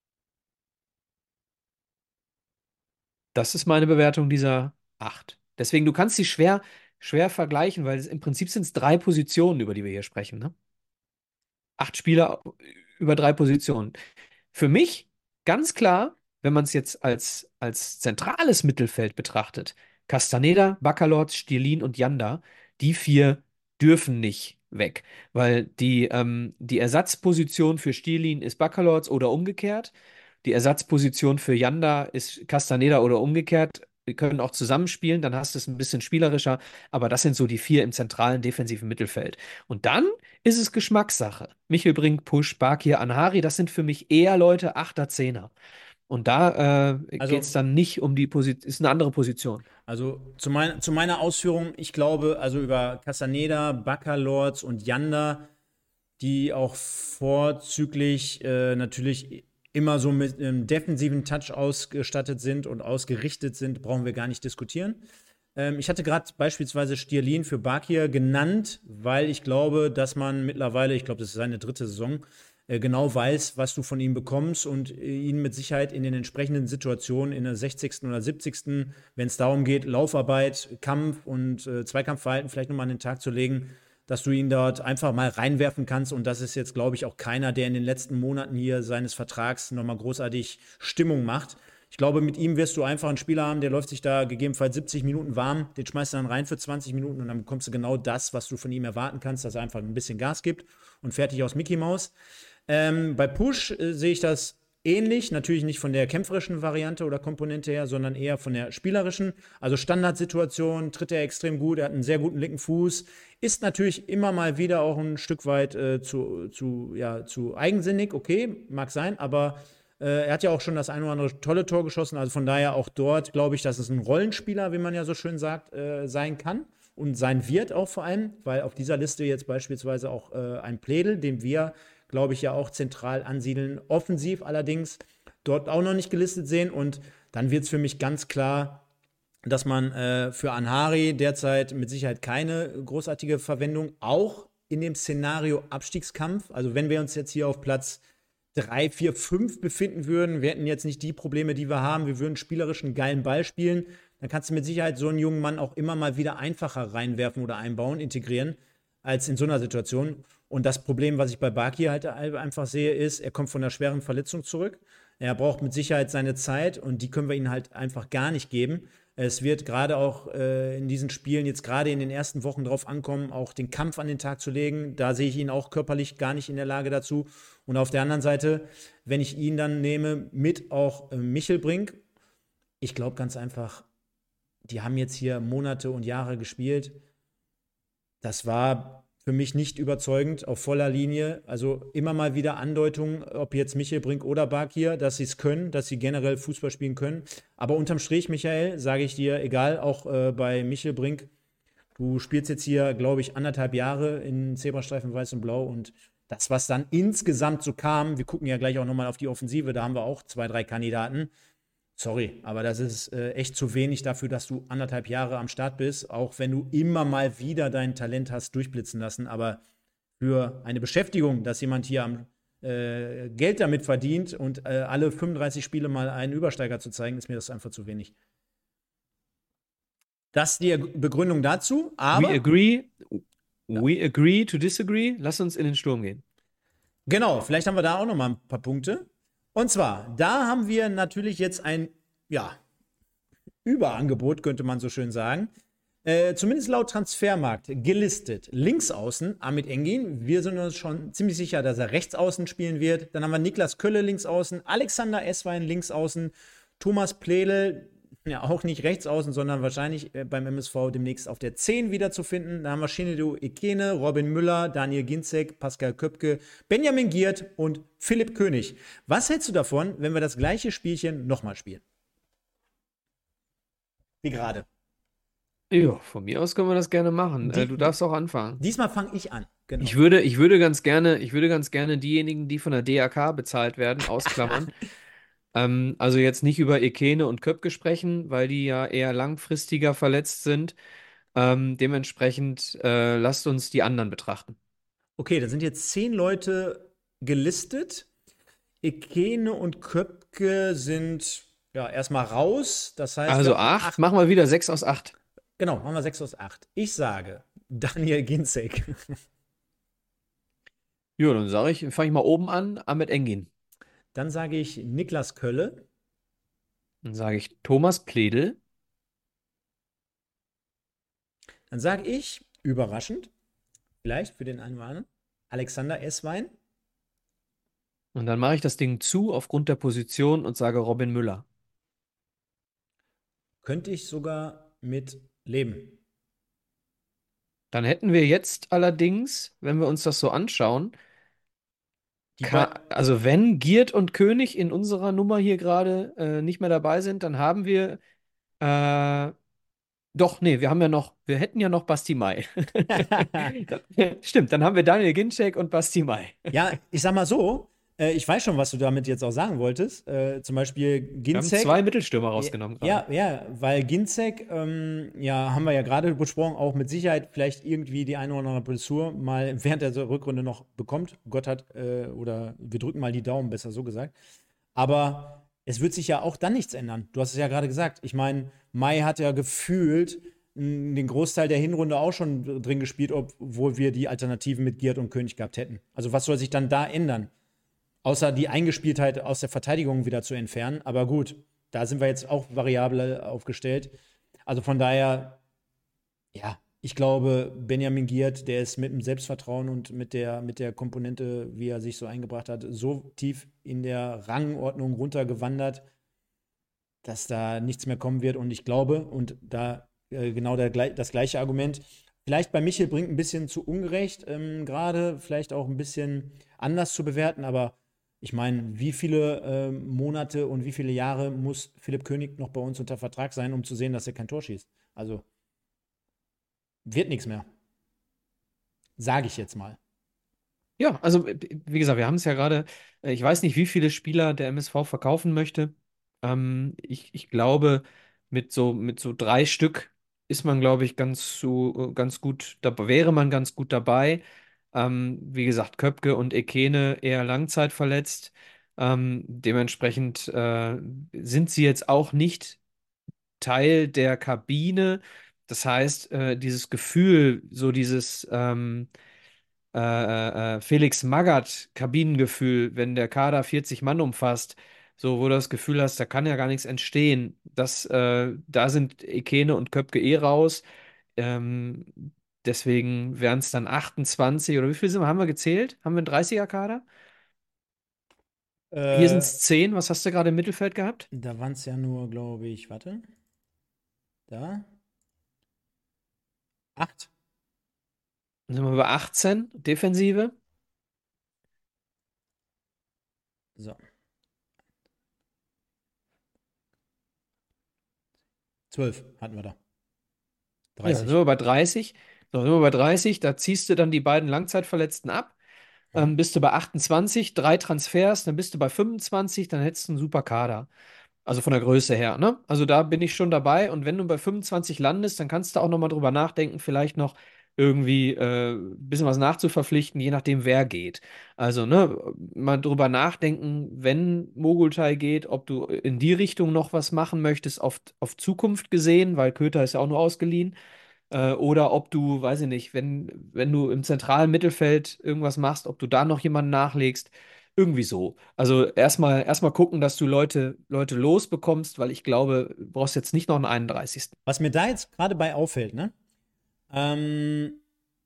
das ist meine Bewertung dieser acht. Deswegen, du kannst sie schwer, schwer vergleichen, weil es, im Prinzip sind es drei Positionen, über die wir hier sprechen, ne? Acht Spieler über drei Positionen. Für mich ganz klar, wenn man es jetzt als, als zentrales Mittelfeld betrachtet, Castaneda, Baccalords, Stierlin und Janda, die vier dürfen nicht weg, weil die, ähm, die Ersatzposition für Stierlin ist Baccalords oder umgekehrt. Die Ersatzposition für Janda ist Castaneda oder umgekehrt. die können auch zusammenspielen, dann hast du es ein bisschen spielerischer, aber das sind so die vier im zentralen defensiven Mittelfeld. Und dann ist es Geschmackssache. Michel Brink, Pusch, Bakir, Anhari, das sind für mich eher Leute Achter, Zehner. Und da äh, geht es Also dann nicht um die Position, ist eine andere Position. Also zu, mein, zu meiner Ausführung, ich glaube, also über Castaneda, Baccalords und Janda, die auch vorzüglich äh, natürlich immer so mit einem defensiven Touch ausgestattet sind und ausgerichtet sind, brauchen wir gar nicht diskutieren. Ähm, ich hatte gerade beispielsweise Stierlin für Bakir genannt, weil ich glaube, dass man mittlerweile, ich glaube, das ist seine dritte Saison, äh, genau weiß, was du von ihm bekommst und äh, ihn mit Sicherheit in den entsprechenden Situationen in der sechzigsten oder siebzigsten, wenn es darum geht, Laufarbeit, Kampf und äh, Zweikampfverhalten vielleicht nochmal an den Tag zu legen, dass du ihn dort einfach mal reinwerfen kannst. Und das ist jetzt, glaube ich, auch keiner, der in den letzten Monaten hier seines Vertrags nochmal großartig Stimmung macht. Ich glaube, mit ihm wirst du einfach einen Spieler haben, der läuft sich da gegebenenfalls siebzig Minuten warm, den schmeißt du dann rein für zwanzig Minuten und dann bekommst du genau das, was du von ihm erwarten kannst, dass er einfach ein bisschen Gas gibt und fertig aus Mickey Mouse. Ähm, bei Push äh, sehe ich das ähnlich, natürlich nicht von der kämpferischen Variante oder Komponente her, sondern eher von der spielerischen. Also Standardsituation tritt er extrem gut, er hat einen sehr guten linken Fuß, ist natürlich immer mal wieder auch ein Stück weit äh, zu, zu, ja, zu eigensinnig, okay, mag sein, aber äh, er hat ja auch schon das ein oder andere tolle Tor geschossen, also von daher auch dort glaube ich, dass es ein Rollenspieler, wie man ja so schön sagt, äh, sein kann. Und sein wird auch vor allem, weil auf dieser Liste jetzt beispielsweise auch äh, ein Pledel, den wir glaube ich, ja auch zentral ansiedeln. Offensiv allerdings dort auch noch nicht gelistet sehen. Und dann wird es für mich ganz klar, dass man äh, für Anhari derzeit mit Sicherheit keine großartige Verwendung, auch in dem Szenario Abstiegskampf. Also wenn wir uns jetzt hier auf Platz drei, vier, fünf befinden würden, wir hätten jetzt nicht die Probleme, die wir haben, wir würden spielerisch einen geilen Ball spielen, dann kannst du mit Sicherheit so einen jungen Mann auch immer mal wieder einfacher reinwerfen oder einbauen, integrieren, als in so einer Situation. Und das Problem, was ich bei Baki halt einfach sehe, ist, er kommt von einer schweren Verletzung zurück. Er braucht mit Sicherheit seine Zeit und die können wir ihm halt einfach gar nicht geben. Es wird gerade auch äh, in diesen Spielen jetzt gerade in den ersten Wochen drauf ankommen, auch den Kampf an den Tag zu legen. Da sehe ich ihn auch körperlich gar nicht in der Lage dazu. Und auf der anderen Seite, wenn ich ihn dann nehme, mit auch äh, Michel Brink, ich glaube ganz einfach, die haben jetzt hier Monate und Jahre gespielt. Das war für mich nicht überzeugend auf voller Linie. Also immer mal wieder Andeutungen, ob jetzt Michel Brink oder Bakir, dass sie es können, dass sie generell Fußball spielen können. Aber unterm Strich, Michael, sage ich dir, egal, auch äh, bei Michel Brink, du spielst jetzt hier, glaube ich, anderthalb Jahre in Zebrastreifen Weiß und Blau und das, was dann insgesamt so kam, wir gucken ja gleich auch nochmal auf die Offensive, da haben wir auch zwei, drei Kandidaten. Sorry, aber das ist äh, echt zu wenig dafür, dass du anderthalb Jahre am Start bist, auch wenn du immer mal wieder dein Talent hast durchblitzen lassen. Aber für eine Beschäftigung, dass jemand hier am, äh, Geld damit verdient und äh, alle fünfunddreißig Spiele mal einen Übersteiger zu zeigen, ist mir das einfach zu wenig. Das ist die Begründung dazu, aber. We agree, we agree to disagree. Lass uns in den Sturm gehen. Genau, vielleicht haben wir da auch noch mal ein paar Punkte. Und zwar, da haben wir natürlich jetzt ein, ja, Überangebot, könnte man so schön sagen. Äh, zumindest laut Transfermarkt gelistet. Linksaußen, Ahmet Engin. Wir sind uns schon ziemlich sicher, dass er rechtsaußen spielen wird. Dann haben wir Niklas Kölle linksaußen, Alexander Esswein linksaußen, Thomas Pledel, ja auch nicht rechtsaußen, sondern wahrscheinlich äh, beim M S V demnächst auf der zehn wiederzufinden. Dann haben wir Shinedo Ekene, Robin Müller, Daniel Ginzek, Pascal Köpke, Benjamin Giert und Philipp König. Was hältst du davon, wenn wir das gleiche Spielchen nochmal spielen? Wie gerade. Ja, von mir aus können wir das gerne machen. Die, Äh, du darfst auch anfangen. Diesmal fange ich an. Genau. Ich würde, ich würde ganz gerne, ich würde ganz gerne diejenigen, die von der D R K bezahlt werden, ausklammern. ähm, also jetzt nicht über Ekene und Köpke sprechen, weil die ja eher langfristiger verletzt sind. Ähm, dementsprechend äh, lasst uns die anderen betrachten. Okay, da sind jetzt zehn Leute gelistet. Ekene und Köpke sind ja erstmal raus. Das heißt, Also wir haben acht, machen wir wieder sechs aus acht. Genau, machen wir sechs aus acht. Ich sage Daniel Ginzek. Ja, dann sage ich, fange ich mal oben an, Ahmet Engin. Dann sage ich Niklas Kölle. Dann sage ich Thomas Pledel. Dann sage ich, überraschend, vielleicht für den einen oder anderen, Alexander Esswein. Und dann mache ich das Ding zu aufgrund der Position und sage Robin Müller. Könnte ich sogar mit leben. Dann hätten wir jetzt allerdings, wenn wir uns das so anschauen, Die bei, Ka also wenn Giert und König in unserer Nummer hier gerade äh, nicht mehr dabei sind, dann haben wir äh, doch, nee, wir haben ja noch, wir hätten ja noch Basti Mai. Stimmt, dann haben wir Daniel Ginczek und Basti Mai. Ja, ich sag mal so, äh, ich weiß schon, was du damit jetzt auch sagen wolltest. Äh, zum Beispiel Wir haben Ginzek. zwei Mittelstürmer rausgenommen Ja, gerade. ja, weil Ginzek, ähm, ja, haben wir ja gerade besprochen, auch mit Sicherheit vielleicht irgendwie die eine oder andere Blessur mal während der Rückrunde noch bekommt. Gott hat, äh, oder wir drücken mal die Daumen, besser so gesagt. Aber es wird sich ja auch dann nichts ändern. Du hast es ja gerade gesagt. Ich meine, Mai hat ja gefühlt m, den Großteil der Hinrunde auch schon drin gespielt, obwohl wir die Alternativen mit Giert und König gehabt hätten. Also was soll sich dann da ändern? Außer die Eingespieltheit aus der Verteidigung wieder zu entfernen. Aber gut, da sind wir jetzt auch variabel aufgestellt. Also von daher, ja, ich glaube, Benjamin Giert, der ist mit dem Selbstvertrauen und mit der, mit der Komponente, wie er sich so eingebracht hat, so tief in der Rangordnung runtergewandert, dass da nichts mehr kommen wird. Und ich glaube, und da äh, genau der, das gleiche Argument, vielleicht bei Michel bringt ein bisschen zu ungerecht, ähm, gerade vielleicht auch ein bisschen anders zu bewerten, aber ich meine, wie viele äh, Monate und wie viele Jahre muss Philipp König noch bei uns unter Vertrag sein, um zu sehen, dass er kein Tor schießt? Also wird nichts mehr, sage ich jetzt mal. Ja, also äh, wie gesagt, wir haben es ja gerade, äh, ich weiß nicht, wie viele Spieler der M S V verkaufen möchte. Ähm, ich, ich glaube, mit so, mit so drei Stück ist man, glaube ich, ganz so, äh, ganz gut, da wäre man ganz gut dabei. Ähm, wie gesagt, Köpke und Ekene eher langzeitverletzt. Ähm, dementsprechend äh, sind sie jetzt auch nicht Teil der Kabine. Das heißt, äh, dieses Gefühl, so dieses ähm, äh, äh, äh, Felix Magath Kabinengefühl, wenn der Kader vierzig Mann umfasst, so wo du das Gefühl hast, da kann ja gar nichts entstehen. Das, äh, da sind Ekene und Köpke eh raus. Ähm, deswegen wären es dann achtundzwanzig oder wie viel sind wir, haben wir gezählt? Haben wir einen dreißiger-Kader? Hier sind Äh, es zehn. Was hast du gerade im Mittelfeld gehabt? Da waren es ja nur, glaube ich, warte, da, acht. Dann sind wir bei achtzehn Defensive. So, zwölf hatten wir da. Ja, dann sind dreißig. wir bei dreißig. So, dann sind wir bei dreißig. Da ziehst du dann die beiden Langzeitverletzten ab. Ja. Ähm, bist du bei achtundzwanzig, drei Transfers, dann bist du bei fünfundzwanzig, dann hättest du einen super Kader. Also von der Größe her, ne? Also da bin ich schon dabei. Und wenn du bei fünfundzwanzig landest, dann kannst du auch nochmal drüber nachdenken, vielleicht noch irgendwie äh, ein bisschen was nachzuverpflichten, je nachdem, wer geht. Also, ne, mal drüber nachdenken, wenn Mogultai geht, ob du in die Richtung noch was machen möchtest, auf, auf Zukunft gesehen, weil Köter ist ja auch nur ausgeliehen. Äh, oder ob du, weiß ich nicht, wenn, wenn du im zentralen Mittelfeld irgendwas machst, ob du da noch jemanden nachlegst. Irgendwie so. Also erstmal erstmal gucken, dass du Leute, Leute losbekommst, weil ich glaube, du brauchst jetzt nicht noch einen einunddreißigsten. Was mir da jetzt gerade bei auffällt, ne? Ähm,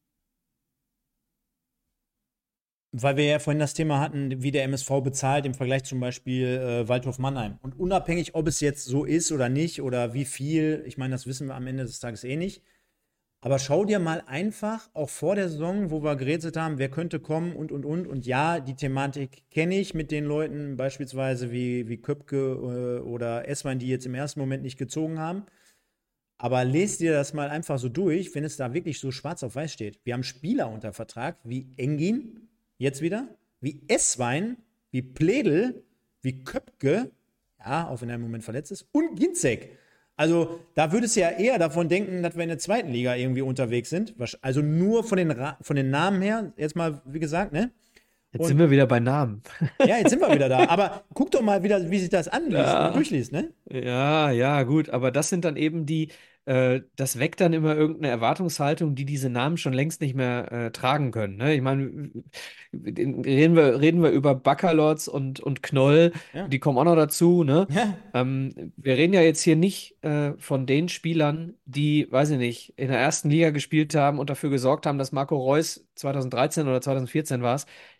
weil wir ja vorhin das Thema hatten, wie der M S V bezahlt im Vergleich zum Beispiel äh, Waldhof Mannheim. Und unabhängig, ob es jetzt so ist oder nicht oder wie viel, ich meine, das wissen wir am Ende des Tages eh nicht. Aber schau dir mal einfach, auch vor der Saison, wo wir gerätselt haben, wer könnte kommen und, und, und. Und ja, die Thematik kenne ich mit den Leuten, beispielsweise wie, wie Köpke äh, oder Esswein, die jetzt im ersten Moment nicht gezogen haben. Aber lest dir das mal einfach so durch, wenn es da wirklich so schwarz auf weiß steht. Wir haben Spieler unter Vertrag wie Engin, jetzt wieder, wie Esswein, wie Pledel, wie Köpke, ja, auch wenn er im Moment verletzt ist, und Ginzek. Also, da würdest du ja eher davon denken, dass wir in der zweiten Liga irgendwie unterwegs sind. Also nur von den, Ra von den Namen her, jetzt mal, wie gesagt, ne? Jetzt sind Und wir wieder bei Namen. ja, jetzt sind wir wieder da. Aber guck doch mal wieder, wie sich das anliest, Ja. durchliest, ne? Ja, ja, gut, aber das sind dann eben die, äh, das weckt dann immer irgendeine Erwartungshaltung, die diese Namen schon längst nicht mehr äh, tragen können. Ne? Ich meine, reden wir, reden wir über Baccalords und, und Knoll, Ja. die kommen auch noch dazu. Ne? Ja. Ähm, wir reden ja jetzt hier nicht äh, von den Spielern, die, weiß ich nicht, in der ersten Liga gespielt haben und dafür gesorgt haben, dass Marco Reus zwanzig dreizehn oder zwanzig vierzehn war es, ich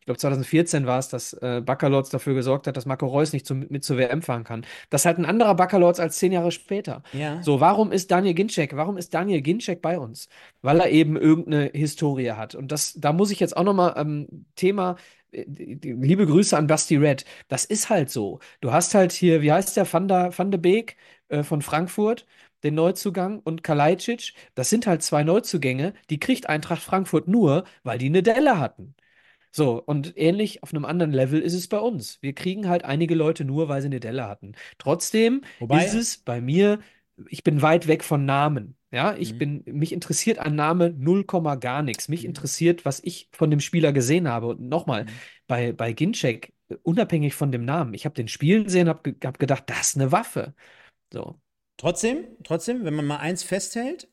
glaube zwanzig vierzehn war es, dass äh, Baccalords dafür gesorgt hat, dass Marco Reus nicht zum, mit zur W M fahren kann. Das ist halt ein anderer Baccalords als zehn Jahre später. Ja. So, warum ist Daniel Ginczek, warum ist Daniel Ginczek bei uns? Weil er eben irgendeine Historie hat. Und das, da muss ich jetzt auch nochmal ähm, Thema, äh, die- die- liebe Grüße an Basti Red. Das ist halt so. Du hast halt hier, wie heißt der, Van, der, Van de Beek äh, von Frankfurt, den Neuzugang, und Kalajdzic. Das sind halt zwei Neuzugänge, die kriegt Eintracht Frankfurt nur, weil die eine Delle hatten. So, und ähnlich auf einem anderen Level ist es bei uns. Wir kriegen halt einige Leute nur, weil sie eine Delle hatten. Trotzdem ist Wobei, es bei mir, ich bin weit weg von Namen. Ja, ich mhm. bin, mich interessiert ein Name null Komma gar nichts. Mich Mhm. interessiert, was ich von dem Spieler gesehen habe. Und nochmal, Mhm. bei, bei Ginczek, äh, unabhängig von dem Namen, ich habe den spielen gesehen, habe ge hab gedacht, das ist eine Waffe. So. Trotzdem, trotzdem, wenn man mal eins festhält,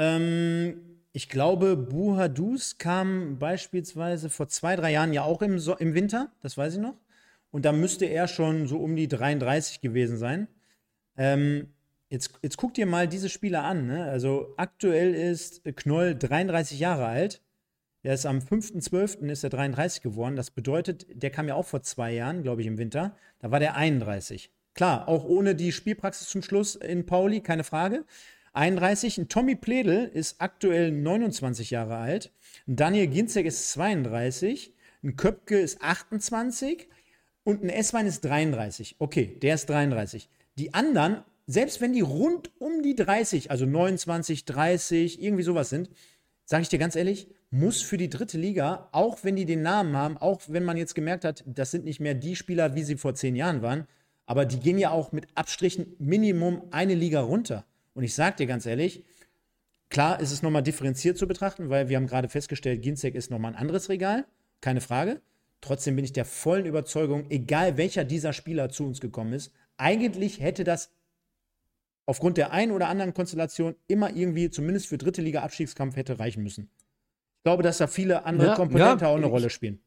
ähm, ich glaube, Buhadus kam beispielsweise vor zwei, drei Jahren ja auch im, so im Winter, das weiß ich noch. Und da müsste er schon so um die dreiunddreißig gewesen sein. Ähm, jetzt, jetzt guck dir mal diese Spieler an. Ne? Also aktuell ist Knoll dreiunddreißig Jahre alt. Er ist am fünften zwölften ist er dreiunddreißig geworden. Das bedeutet, der kam ja auch vor zwei Jahren, glaube ich, im Winter. Da war der einunddreißig. Klar, auch ohne die Spielpraxis zum Schluss in Pauli, keine Frage. einunddreißig. Ein Tommy Pledl ist aktuell neunundzwanzig Jahre alt. Ein Daniel Ginczek ist zweiunddreißig. Ein Köpke ist achtundzwanzig. Und ein Esswein ist dreiunddreißig. Okay, der ist dreiunddreißig. Die anderen, selbst wenn die rund um die dreißig, also neunundzwanzig, dreißig, irgendwie sowas sind, sage ich dir ganz ehrlich, muss für die dritte Liga, auch wenn die den Namen haben, auch wenn man jetzt gemerkt hat, das sind nicht mehr die Spieler, wie sie vor zehn Jahren waren, aber die gehen ja auch mit Abstrichen Minimum eine Liga runter. Und ich sage dir ganz ehrlich, klar ist es nochmal differenziert zu betrachten, weil wir haben gerade festgestellt, Ginczek ist nochmal ein anderes Regal, keine Frage. Trotzdem bin ich der vollen Überzeugung, egal welcher dieser Spieler zu uns gekommen ist, eigentlich hätte das aufgrund der einen oder anderen Konstellation immer irgendwie, zumindest für dritte Liga-Abstiegskampf, hätte reichen müssen. Ich glaube, dass da viele andere Ja, Komponenten ja, auch eine ich, Rolle spielen.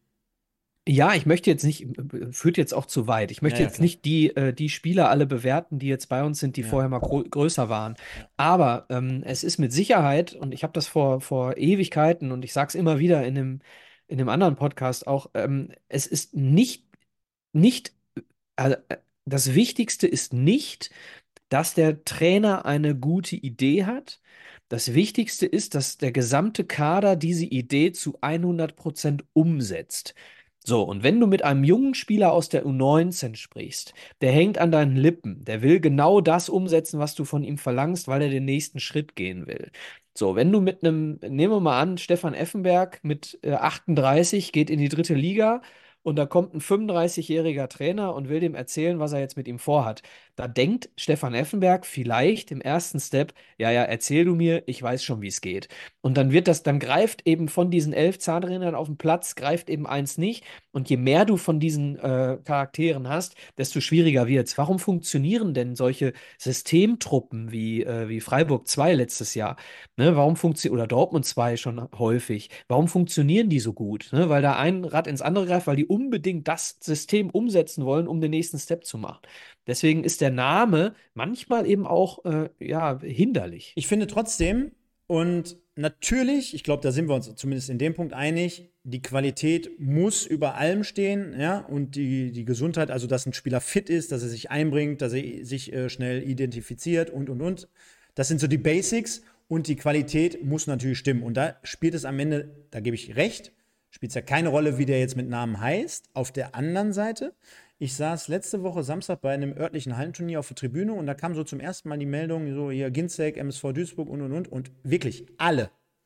Ja, ich möchte jetzt nicht, führt jetzt auch zu weit. Ich Ja, möchte ja, jetzt klar. nicht die, äh, die Spieler alle bewerten, die jetzt bei uns sind, die Ja, vorher mal gro größer waren. ja. Aber ähm, es ist mit Sicherheit, und ich habe das vor, vor Ewigkeiten und ich sage es immer wieder in dem, in dem anderen Podcast auch, ähm, es ist nicht, nicht, äh, das Wichtigste ist nicht, dass der Trainer eine gute Idee hat. Das Wichtigste ist, dass der gesamte Kader diese Idee zu hundert Prozent umsetzt. So, und wenn du mit einem jungen Spieler aus der U neunzehn sprichst, der hängt an deinen Lippen, der will genau das umsetzen, was du von ihm verlangst, weil er den nächsten Schritt gehen will. So, wenn du mit einem, nehmen wir mal an, Stefan Effenberg mit äh, achtunddreißig geht in die dritte Liga und da kommt ein fünfunddreißigjähriger Trainer und will dem erzählen, was er jetzt mit ihm vorhat. Da denkt Stefan Effenberg vielleicht im ersten Step, ja, ja, erzähl du mir, ich weiß schon, wie es geht. Und dann wird das, dann greift eben von diesen elf Zahnrädern auf dem Platz, greift eben eins nicht. Und je mehr du von diesen äh, Charakteren hast, desto schwieriger wird's. Warum funktionieren denn solche Systemtruppen wie, äh, wie Freiburg zwei letztes Jahr? Ne, warum funktioniert, oder Dortmund zwei schon häufig? Warum funktionieren die so gut? Ne, weil da ein Rad ins andere greift, weil die unbedingt das System umsetzen wollen, um den nächsten Step zu machen. Deswegen ist der Name manchmal eben auch äh, ja, hinderlich. Ich finde trotzdem, und natürlich, ich glaube, da sind wir uns zumindest in dem Punkt einig, die Qualität muss über allem stehen, ja, und die, die Gesundheit, also dass ein Spieler fit ist, dass er sich einbringt, dass er sich äh, schnell identifiziert und, und, und. Das sind so die Basics und die Qualität muss natürlich stimmen. Und da spielt es am Ende, da gebe ich recht, spielt es ja keine Rolle, wie der jetzt mit Namen heißt. Auf der anderen Seite, ich saß letzte Woche Samstag bei einem örtlichen Hallenturnier auf der Tribüne und da kam so zum ersten Mal die Meldung, so hier Ginczek, M S V Duisburg und und und. Und wirklich alle,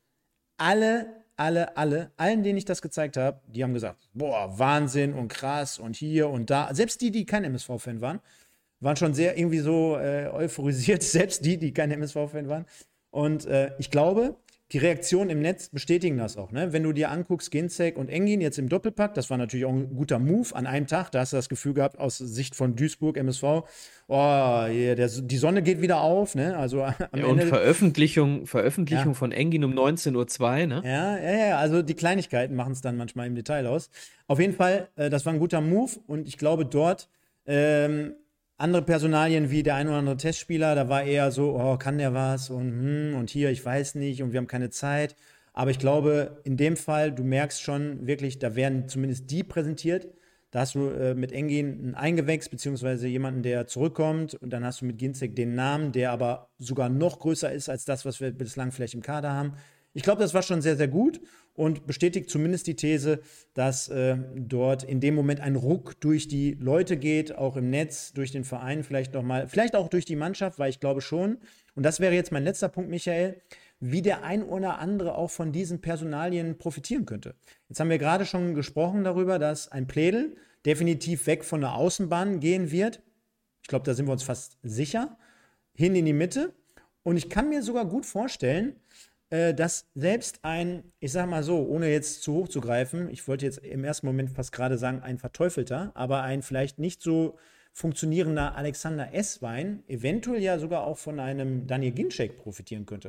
alle, alle, alle, allen, denen ich das gezeigt habe, die haben gesagt, boah, Wahnsinn und krass und hier und da. Selbst die, die kein M S V-Fan waren, waren schon sehr irgendwie so äh, euphorisiert, selbst die, die kein M S V-Fan waren. Und äh, ich glaube, die Reaktionen im Netz bestätigen das auch. Ne? Wenn du dir anguckst, Ginczek und Engin jetzt im Doppelpack, das war natürlich auch ein guter Move an einem Tag. Da hast du das Gefühl gehabt, aus Sicht von Duisburg, M S V, oh, yeah, der, die Sonne geht wieder auf. Ne? Also am Ja, und Ende. Veröffentlichung, Veröffentlichung Ja. von Engin um neunzehn Uhr zwei, ne? Ja, ja, ja, also die Kleinigkeiten machen es dann manchmal im Detail aus. Auf jeden Fall, äh, das war ein guter Move und ich glaube dort, ähm, andere Personalien wie der ein oder andere Testspieler, da war eher so, oh, kann der was und hm, und hier, ich weiß nicht und wir haben keine Zeit. Aber ich glaube, in dem Fall, du merkst schon wirklich, da werden zumindest die präsentiert. Da hast du äh, mit Engin einen Eingewächs, beziehungsweise jemanden, der zurückkommt. Und dann hast du mit Ginzek den Namen, der aber sogar noch größer ist als das, was wir bislang vielleicht im Kader haben. Ich glaube, das war schon sehr, sehr gut und bestätigt zumindest die These, dass äh, dort in dem Moment ein Ruck durch die Leute geht, auch im Netz, durch den Verein vielleicht nochmal, vielleicht auch durch die Mannschaft, weil ich glaube schon, und das wäre jetzt mein letzter Punkt, Michael, wie der ein oder andere auch von diesen Personalien profitieren könnte. Jetzt haben wir gerade schon gesprochen darüber, dass ein Pledel definitiv weg von der Außenbahn gehen wird. Ich glaube, da sind wir uns fast sicher. Hin in die Mitte. Und ich kann mir sogar gut vorstellen, äh, dass selbst ein, ich sage mal so, ohne jetzt zu hoch zu greifen, ich wollte jetzt im ersten Moment fast gerade sagen, ein Verteufelter, aber ein vielleicht nicht so funktionierender Alexander Esswein eventuell ja sogar auch von einem Daniel Ginczek profitieren könnte.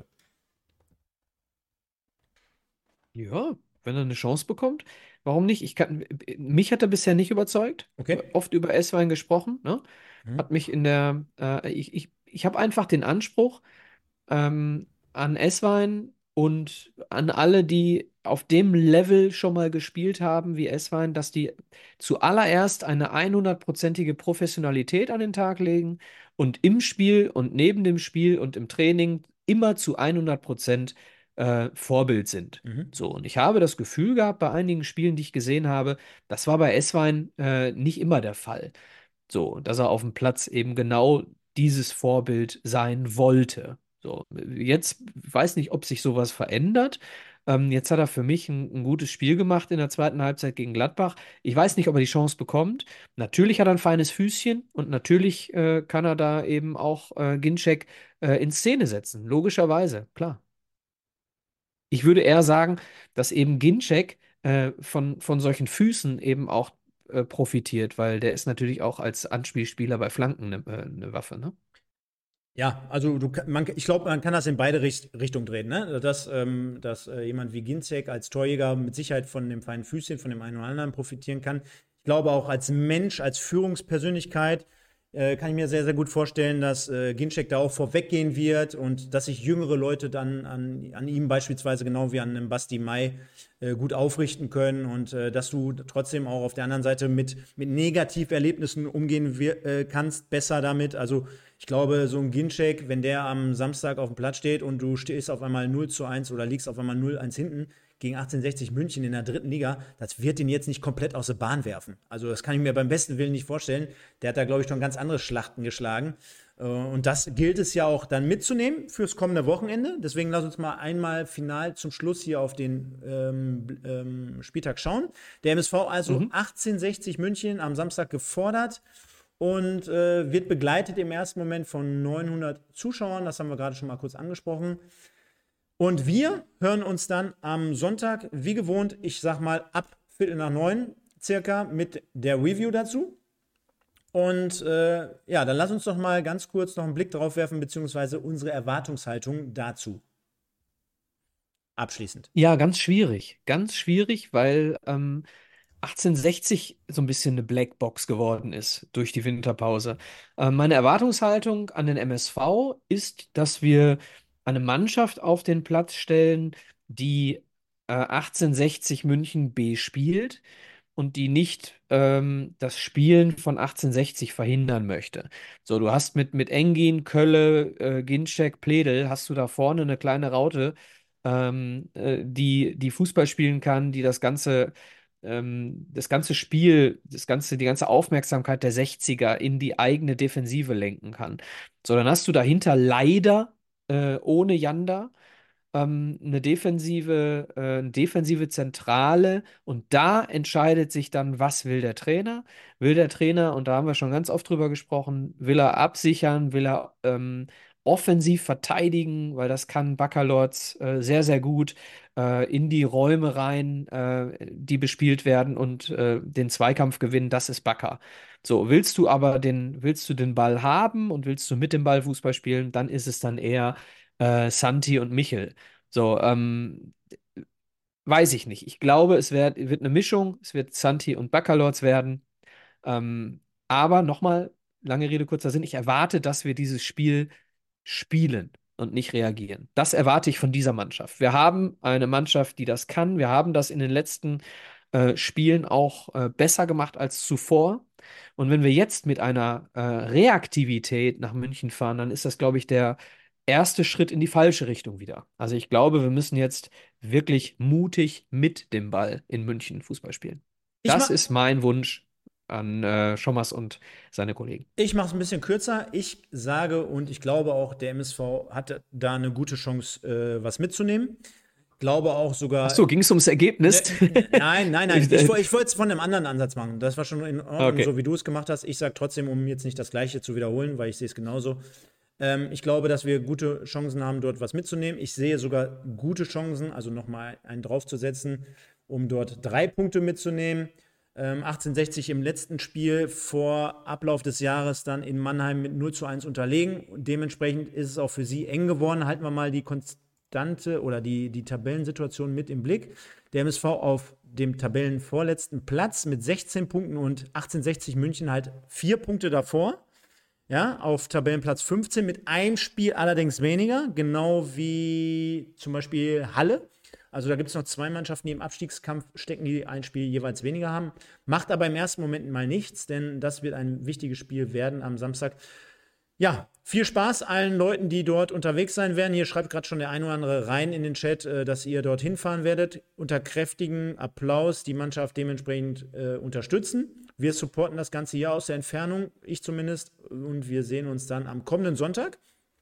Ja, wenn er eine Chance bekommt, warum nicht? Ich kann, mich hat er bisher nicht überzeugt. Okay? Oft über Esswein gesprochen, ne? Mhm. Hat mich in der, äh, ich, ich, ich habe einfach den Anspruch, ähm, an Esswein und an alle, die auf dem Level schon mal gespielt haben wie Esswein, dass die zuallererst eine hundertprozentige Professionalität an den Tag legen und im Spiel und neben dem Spiel und im Training immer zu hundert Prozent äh, Vorbild sind. Mhm. So, und ich habe das Gefühl gehabt, bei einigen Spielen, die ich gesehen habe, das war bei Esswein äh, nicht immer der Fall. So, dass er auf dem Platz eben genau dieses Vorbild sein wollte. So, jetzt weiß nicht, ob sich sowas verändert. Ähm, jetzt hat er für mich ein, ein gutes Spiel gemacht in der zweiten Halbzeit gegen Gladbach. Ich weiß nicht, ob er die Chance bekommt. Natürlich hat er ein feines Füßchen und natürlich äh, kann er da eben auch äh, Ginczek äh, in Szene setzen. Logischerweise, klar. Ich würde eher sagen, dass eben Ginczek äh, von, von solchen Füßen eben auch äh, profitiert, weil der ist natürlich auch als Anspielspieler bei Flanken eine äh, ne Waffe, ne? Ja, also du, man, ich glaube, man kann das in beide Richt Richtungen drehen. Ne? Dass, ähm, dass äh, jemand wie Ginzek als Torjäger mit Sicherheit von dem feinen Füßchen, von dem einen oder anderen profitieren kann. Ich glaube auch als Mensch, als Führungspersönlichkeit äh, kann ich mir sehr, sehr gut vorstellen, dass äh, Ginczek da auch vorweggehen wird und dass sich jüngere Leute dann an, an ihm beispielsweise genau wie an einem Basti Mai äh, gut aufrichten können und äh, dass du trotzdem auch auf der anderen Seite mit, mit Negativerlebnissen umgehen wir, äh, kannst, besser damit. Also ich glaube, so ein Ginczek, wenn der am Samstag auf dem Platz steht und du stehst auf einmal null zu eins oder liegst auf einmal null zu eins hinten gegen achtzehnhundertsechzig München in der dritten Liga, das wird ihn jetzt nicht komplett aus der Bahn werfen. Also das kann ich mir beim besten Willen nicht vorstellen. Der hat da, glaube ich, schon ganz andere Schlachten geschlagen. Äh, Und das gilt es ja auch dann mitzunehmen fürs kommende Wochenende. Deswegen lass uns mal einmal final zum Schluss hier auf den ähm, ähm, Spieltag schauen. Der M S V also Mhm. achtzehnhundertsechzig München am Samstag gefordert und äh, wird begleitet im ersten Moment von neunhundert Zuschauern. Das haben wir gerade schon mal kurz angesprochen. Und wir hören uns dann am Sonntag, wie gewohnt, ich sag mal ab Viertel nach neun circa mit der Review dazu. Und äh, ja, dann lass uns doch mal ganz kurz noch einen Blick drauf werfen, beziehungsweise unsere Erwartungshaltung dazu. Abschließend. Ja, ganz schwierig. Ganz schwierig, weil ähm, achtzehnhundertsechzig so ein bisschen eine Blackbox geworden ist durch die Winterpause. Ähm, meine Erwartungshaltung an den M S V ist, dass wir eine Mannschaft auf den Platz stellen, die äh, achtzehnhundertsechzig München B spielt und die nicht ähm, das Spielen von achtzehnhundertsechzig verhindern möchte. So, du hast mit, mit Engin, Kölle, äh, Ginczek, Pledel, hast du da vorne eine kleine Raute, ähm, äh, die, die Fußball spielen kann, die das Ganze, ähm, das ganze Spiel, das ganze, die ganze Aufmerksamkeit der sechziger in die eigene Defensive lenken kann. So, dann hast du dahinter leider äh, ohne Janda ähm, eine defensive, äh, eine defensive Zentrale und da entscheidet sich dann, was will der Trainer? Will der Trainer, und da haben wir schon ganz oft drüber gesprochen, will er absichern, will er ähm, offensiv verteidigen, weil das kann Baccalords äh, sehr, sehr gut äh, in die Räume rein, äh, die bespielt werden und äh, den Zweikampf gewinnen, das ist Bakker. So, willst du aber den, willst du den Ball haben und willst du mit dem Ball Fußball spielen, dann ist es dann eher äh, Santi und Michel. So, ähm, weiß ich nicht. Ich glaube, es wird, wird eine Mischung. Es wird Santi und Baccalords werden. Ähm, aber nochmal, lange Rede, kurzer Sinn. Ich erwarte, dass wir dieses Spiel spielen. und nicht reagieren. Das erwarte ich von dieser Mannschaft. Wir haben eine Mannschaft, die das kann. Wir haben das in den letzten äh, Spielen auch äh, besser gemacht als zuvor. Und wenn wir jetzt mit einer äh, Reaktivität nach München fahren, dann ist das, glaube ich, der erste Schritt in die falsche Richtung wieder. Also ich glaube, wir müssen jetzt wirklich mutig mit dem Ball in München Fußball spielen. Ich Das mach, ist mein Wunsch an äh, Schommers und seine Kollegen. ich mache es ein bisschen kürzer. Ich sage und ich glaube auch, der M S V hat da eine gute Chance, äh, was mitzunehmen. Glaube auch Ach sogar. so, ging es ums Ergebnis? Ne, nein, nein, nein. Ich- Ich, woll- ich wollte es von einem anderen Ansatz machen. Das war schon in Ordnung, Okay. so wie du es gemacht hast. Ich sage trotzdem, um jetzt nicht das Gleiche zu wiederholen, weil ich sehe es genauso. Ähm, ich glaube, dass wir gute Chancen haben, dort was mitzunehmen. Ich sehe sogar gute Chancen, also nochmal einen draufzusetzen, um dort drei Punkte mitzunehmen. Ähm, achtzehnhundertsechzig im letzten Spiel vor Ablauf des Jahres dann in Mannheim mit null zu eins unterlegen. Und dementsprechend ist es auch für sie eng geworden. Halten wir mal die Konstante oder die, die Tabellensituation mit im Blick. Der M S V auf dem Tabellenvorletzten Platz mit sechzehn Punkten und achtzehnhundertsechzig München halt vier Punkte davor. Ja, auf Tabellenplatz fünfzehn mit einem Spiel allerdings weniger, genau wie zum Beispiel Halle. Also da gibt es noch zwei Mannschaften, die im Abstiegskampf stecken, die ein Spiel jeweils weniger haben. Macht aber im ersten Moment mal nichts, denn das wird ein wichtiges Spiel werden am Samstag. Ja, viel Spaß allen Leuten, die dort unterwegs sein werden. Hier schreibt gerade schon der ein oder andere rein in den Chat, äh, dass ihr dort hinfahren werdet. Unter kräftigen Applaus die Mannschaft dementsprechend äh, unterstützen. Wir supporten das Ganze hier aus der Entfernung, ich zumindest. Und wir sehen uns dann am kommenden Sonntag.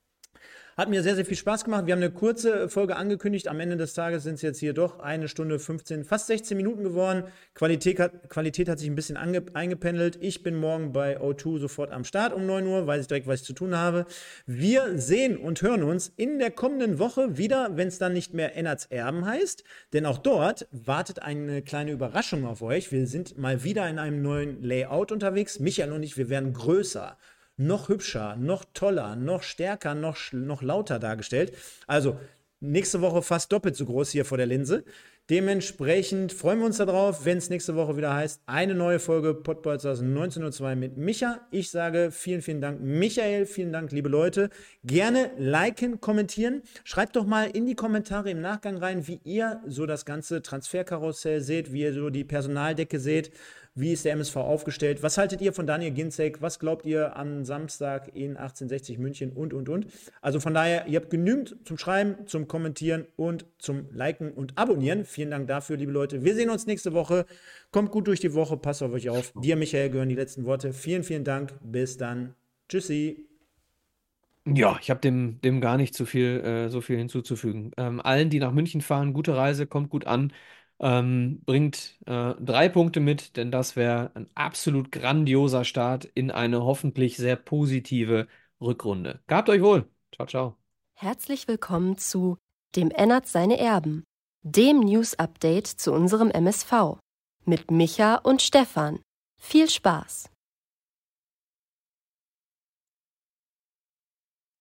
Hat mir sehr, sehr viel Spaß gemacht. Wir haben eine kurze Folge angekündigt. Am Ende des Tages sind es jetzt hier doch eine Stunde fünfzehn, fast sechzehn Minuten geworden. Qualität hat, Qualität hat sich ein bisschen ange, eingependelt. Ich bin morgen bei O zwei sofort am Start um neun Uhr. Weiß ich direkt, was ich zu tun habe. Wir sehen und hören uns in der kommenden Woche wieder, wenn es dann nicht mehr Ennerts Erben heißt. Denn auch dort wartet eine kleine Überraschung auf euch. Wir sind mal wieder in einem neuen Layout unterwegs. Michael und ich, wir werden größer, noch hübscher, noch toller, noch stärker, noch, noch lauter dargestellt. Also nächste Woche fast doppelt so groß hier vor der Linse. Dementsprechend freuen wir uns darauf, wenn es nächste Woche wieder heißt, eine neue Folge Pottbolzers neunzehn Uhr zwei mit Micha. Ich sage vielen, vielen Dank, Michael, vielen Dank, liebe Leute. Gerne liken, kommentieren. Schreibt doch mal in die Kommentare im Nachgang rein, wie ihr so das ganze Transferkarussell seht, wie ihr so die Personaldecke seht. Wie ist der M S V aufgestellt? Was haltet ihr von Daniel Ginczek? Was glaubt ihr am Samstag in achtzehnhundertsechzig München und, und, und? Also von daher, ihr habt genügend zum Schreiben, zum Kommentieren und zum Liken und Abonnieren. Vielen Dank dafür, liebe Leute. Wir sehen uns nächste Woche. Kommt gut durch die Woche, passt auf euch auf. Dir, Michael, gehören die letzten Worte. Vielen, vielen Dank. Bis dann. Tschüssi. Ja, ich habe dem, dem gar nicht so viel, äh, so viel hinzuzufügen. Ähm, allen, die nach München fahren, gute Reise, kommt gut an. Ähm, bringt äh, drei Punkte mit, denn das wäre ein absolut grandioser Start in eine hoffentlich sehr positive Rückrunde. Gehabt euch wohl. Ciao, ciao. Herzlich willkommen zu Dem Ennerts seine Erben, dem News-Update zu unserem M S V. Mit Micha und Stefan. Viel Spaß!